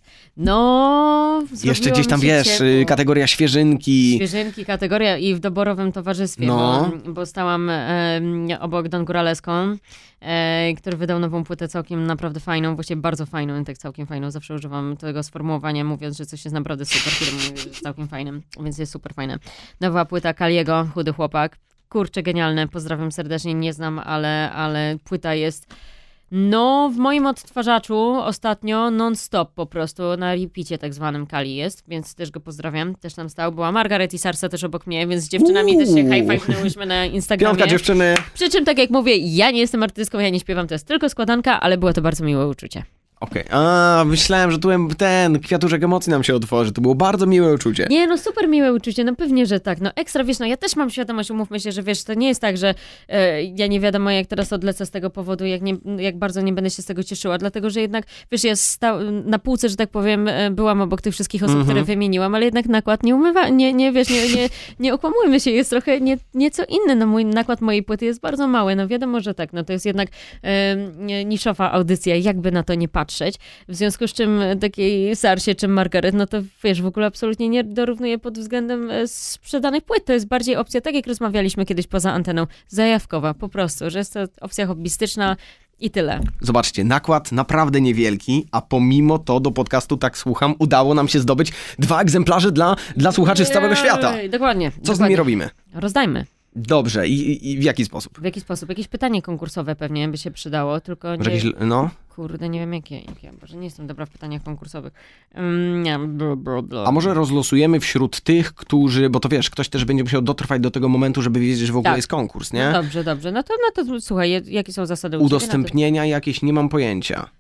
No, jeszcze gdzieś tam, wiesz, ciepło. Kategoria świeżynki. Kategoria i w doborowym towarzystwie, bo stałam obok Don Góraleską, który wydał nową płytę całkiem naprawdę fajną, właściwie bardzo fajną, tak całkiem fajną. Zawsze używam tego sformułowania, mówiąc, że coś jest naprawdę super, który mówię, że jest całkiem fajnym, więc jest super fajne. Nowa płyta Kaliego, Chudy Chłopak. Kurczę, genialne, pozdrawiam serdecznie, nie znam, ale płyta jest... No, w moim odtwarzaczu ostatnio non-stop po prostu, na repeacie tak zwanym Kali jest, więc też go pozdrawiam, też tam stał. Była Margaret i Sarsa też obok mnie, więc z dziewczynami też się high-five'nęłyśmy na Instagramie. Piątka dziewczyny. Przy czym, tak jak mówię, ja nie jestem artystką, ja nie śpiewam, to jest tylko składanka, ale było to bardzo miłe uczucie. Okej. Myślałem, że tu ten kwiatuszek emocji nam się otworzy. To było bardzo miłe uczucie. Nie, no super miłe uczucie, no pewnie, że tak. No ekstra, wiesz, no ja też mam świadomość, umówmy się, że wiesz, to nie jest tak, że ja nie wiadomo jak teraz odlecę z tego powodu, jak bardzo nie będę się z tego cieszyła, dlatego, że jednak, wiesz, ja na półce, że tak powiem, byłam obok tych wszystkich osób, które wymieniłam, ale jednak nakład nie okłamujmy się, jest trochę nieco inny, no mój nakład mojej płyty jest bardzo mały, no wiadomo, że tak, no to jest jednak niszowa audycja, jakby na to nie patrzeć. W związku z czym takiej Sarsie czy Margaret, no to wiesz, w ogóle absolutnie nie dorównuje pod względem sprzedanych płyt. To jest bardziej opcja, tak jak rozmawialiśmy kiedyś poza anteną, zajawkowa po prostu, że jest to opcja hobbystyczna i tyle. Zobaczcie, nakład naprawdę niewielki, a pomimo to do podcastu Tak Słucham udało nam się zdobyć 2 egzemplarze dla słuchaczy z całego świata. Dokładnie. Co z nimi robimy? Rozdajmy. Dobrze, i w jaki sposób? W jaki sposób? Jakieś pytanie konkursowe pewnie by się przydało, tylko może jakieś, no? Kurde, nie wiem jakie. Boże, nie jestem dobra w pytaniach konkursowych. A może rozlosujemy wśród tych, którzy, bo to wiesz, ktoś też będzie musiał dotrwać do tego momentu, żeby wiedzieć, że w ogóle jest konkurs, nie? No dobrze. No to słuchaj, jakie są zasady udostępnienia jakieś, nie mam pojęcia.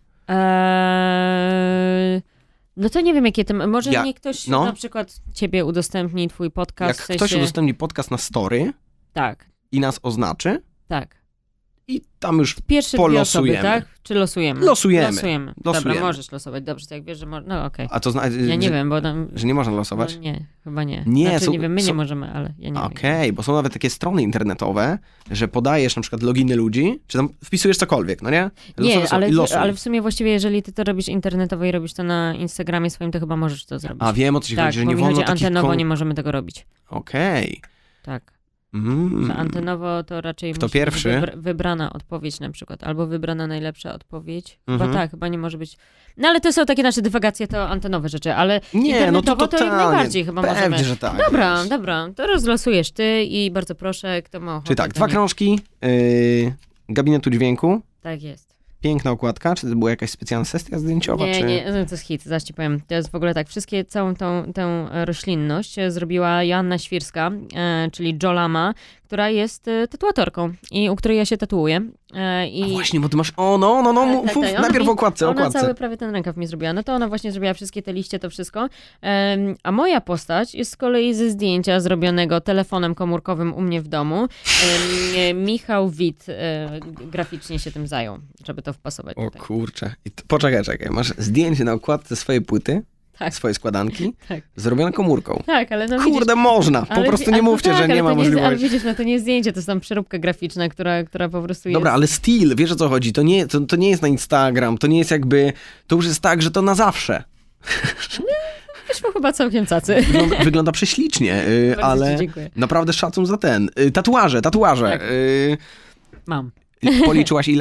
No to nie wiem, jakie tym. Może niech ktoś na przykład ciebie udostępni twój podcast. Jak ktoś udostępni podcast na story i nas oznaczy, i tam już pierwsze polosujemy. 2 osoby, tak? Czy losujemy? Losujemy. Dobra, możesz losować. Dobrze, tak wiesz, że no okej. A to ja nie wiem, bo tam... Że nie można losować? No, nie, chyba nie. Nie, znaczy, nie wiem, my nie możemy, ale ja nie wiem. Okej, bo są nawet takie strony internetowe, że podajesz na przykład loginy ludzi, czy tam wpisujesz cokolwiek, no nie? Nie, ale w sumie właściwie, jeżeli ty to robisz internetowo i robisz to na Instagramie swoim, to chyba możesz to zrobić. A wiem, o co ci chodzi, że nie wolno takich... antenowo nie możemy tego robić. Okej. Tak. Że antenowo to raczej musi pierwszy? być wybrana odpowiedź na przykład, albo wybrana najlepsza odpowiedź. Chyba nie może być... No ale to są takie nasze dywagacje, to antenowe rzeczy, ale internetowo to jak najbardziej chyba możemy. Pewnie, że tak. Dobra, to rozlosujesz ty i bardzo proszę, kto ma ochotę. Czyli tak, 2 krążki gabinetu dźwięku. Tak jest. Piękna okładka, czy to była jakaś specjalna sesja zdjęciowa? Nie, to jest hit, zaś ci powiem. To jest w ogóle tak, całą tą roślinność zrobiła Joanna Świrska, czyli Jolama, która jest tatuatorką i u której ja się tatuuję. A właśnie, bo ty masz, najpierw o okładce. Ona cały prawie ten rękaw mi zrobiła. No to ona właśnie zrobiła wszystkie te liście, to wszystko. A moja postać jest z kolei ze zdjęcia zrobionego telefonem komórkowym u mnie w domu. Michał Wit graficznie się tym zajął, żeby to wpasować tutaj. O kurczę. Poczekaj. Masz zdjęcie na okładce swojej płyty? Tak. Swoje składanki, zrobione komórką. Tak, ale no kurde, widzisz, można. Po prostu nie mówcie, że nie ma możliwości. Ale widzisz, no to nie jest zdjęcie, to jest tam przeróbka graficzna, która po prostu jest... Dobra, ale styl, wiesz o co chodzi? To nie jest na Instagram, to nie jest jakby... To już jest tak, że to na zawsze. Wyszło chyba całkiem cacy. Wygląda prześlicznie, ale dziękuję. Naprawdę szacun za ten. Tatuaże. Tak. Mam. Policzyłaś ile?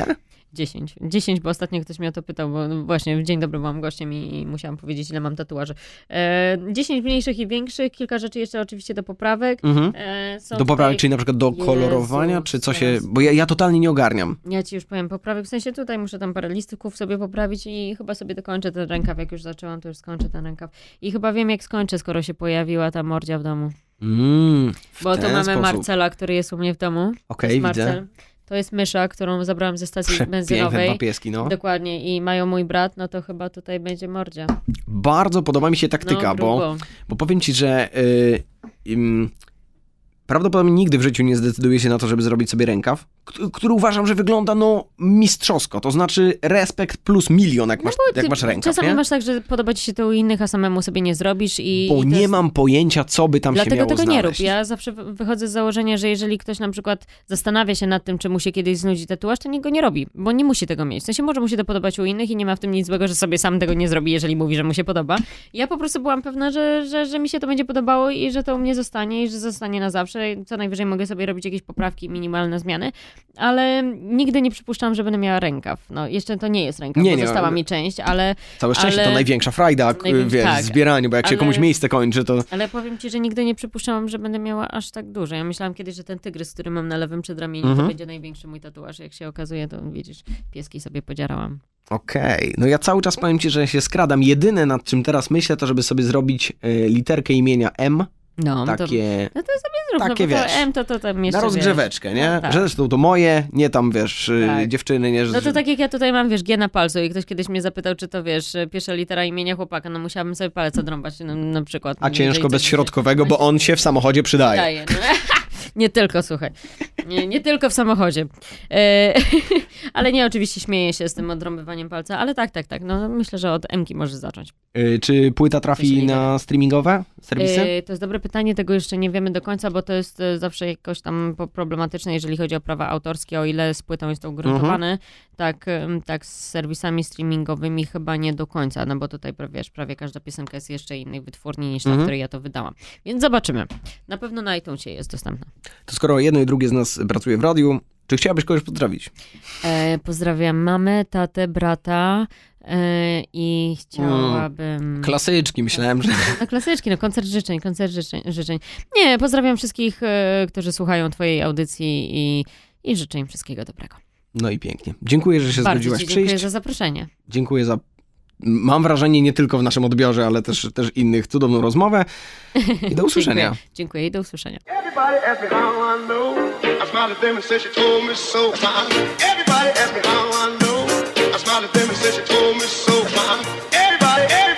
10, bo ostatnio ktoś mnie o to pytał, bo właśnie w dzień dobry byłam gościem i musiałam powiedzieć, ile mam tatuaży. 10 mniejszych i większych, kilka rzeczy jeszcze oczywiście do poprawek. Do poprawek, czyli na przykład do kolorowania, czy co się... Bo ja totalnie nie ogarniam. Ja ci już powiem poprawek, w sensie tutaj muszę tam parę listków sobie poprawić i chyba sobie dokończę ten rękaw. Jak już zaczęłam, to już skończę ten rękaw. I chyba wiem, jak skończę, skoro się pojawiła ta mordzia w domu. Bo to mamy sposób. Marcela, który jest u mnie w domu. Okej, widzę. To jest mysza, którą zabrałam ze stacji benzynowej. Dwa pieski, no. Dokładnie. I mają mój brat, no to chyba tutaj będzie mordzia. Bardzo podoba mi się taktyka, bo powiem ci, że prawdopodobnie nigdy w życiu nie zdecyduję się na to, żeby zrobić sobie rękaw, który uważam, że wygląda mistrzowsko. To znaczy respekt plus milion, jak masz rękaw. Czasami nie? masz tak, że podoba ci się to u innych, a samemu sobie nie zrobisz. Bo nie mam pojęcia, co by tam się miało Dlatego tego znaleźć. nie rób. Ja zawsze wychodzę z założenia, że jeżeli ktoś na przykład zastanawia się nad tym, czy mu się kiedyś znudzi tatuaż, to nikt go nie robi, bo nie musi tego mieć. W sensie może mu się to podobać u innych i nie ma w tym nic złego, że sobie sam tego nie zrobi, jeżeli mówi, że mu się podoba. Ja po prostu byłam pewna, że mi się to będzie podobało i że to u mnie zostanie i że zostanie na zawsze. Co najwyżej mogę sobie robić jakieś poprawki, minimalne zmiany, ale nigdy nie przypuszczam, że będę miała rękaw. No, jeszcze to nie jest rękaw, bo została mi część, ale... Całe szczęście to największa frajda, w zbieraniu, bo jak się komuś miejsce kończy, to... Ale powiem ci, że nigdy nie przypuszczałam, że będę miała aż tak dużo. Ja myślałam kiedyś, że ten tygrys, który mam na lewym przedramieniu, to będzie największy mój tatuaż. Jak się okazuje, to widzisz, pieski sobie podzierałam. Okej. No ja cały czas powiem ci, że się skradam. Jedyne, nad czym teraz myślę, to żeby sobie zrobić literkę imienia M. No, takie, to sobie zrób, takie, no bo wiesz, to M to tam jeszcze, na rozgrzeweczkę, nie? No, tak. Że zresztą to moje, nie tam, wiesz, dziewczyny, nie? No to tak jak ja tutaj mam, wiesz, G na palcu i ktoś kiedyś mnie zapytał, czy to, wiesz, pierwsza litera imienia chłopaka, no musiałabym sobie palec odrąbać, na przykład. A ciężko bez środkowego, bo on się w samochodzie przydaje. No. Nie tylko, słuchaj. Nie tylko w samochodzie. Ale nie, oczywiście śmieję się z tym odrąbywaniem palca, ale tak. No myślę, że od M-ki możesz zacząć. Czy płyta trafi na streamingowe serwisy? To jest dobre pytanie, tego jeszcze nie wiemy do końca, bo to jest zawsze jakoś tam problematyczne, jeżeli chodzi o prawa autorskie, o ile z płytą jest to ugruntowane, tak z serwisami streamingowymi chyba nie do końca, no bo tutaj, wiesz, prawie każda piosenka jest jeszcze innej wytwórni niż ta, w której ja to wydałam. Więc zobaczymy. Na pewno na iTunesie jest dostępna. To skoro jedno i drugie z nas pracuje w radiu, czy chciałabyś kogoś pozdrowić? Pozdrawiam mamę, tatę, brata i chciałabym... Klasyczki, myślałem, że... No klasyczki, koncert życzeń. Nie, pozdrawiam wszystkich, którzy słuchają twojej audycji i życzę im wszystkiego dobrego. No i pięknie. Dziękuję, że się zgodziłaś przyjść. Dziękuję za zaproszenie. Dziękuję za... Mam wrażenie, nie tylko w naszym odbiorze, ale też innych, cudowną rozmowę. I do usłyszenia. Dziękuję i do usłyszenia. Everybody ask me how I know. I smiled at them and said she told me so. Everybody ask me how I know. I smiled at them and said she told me so. Everybody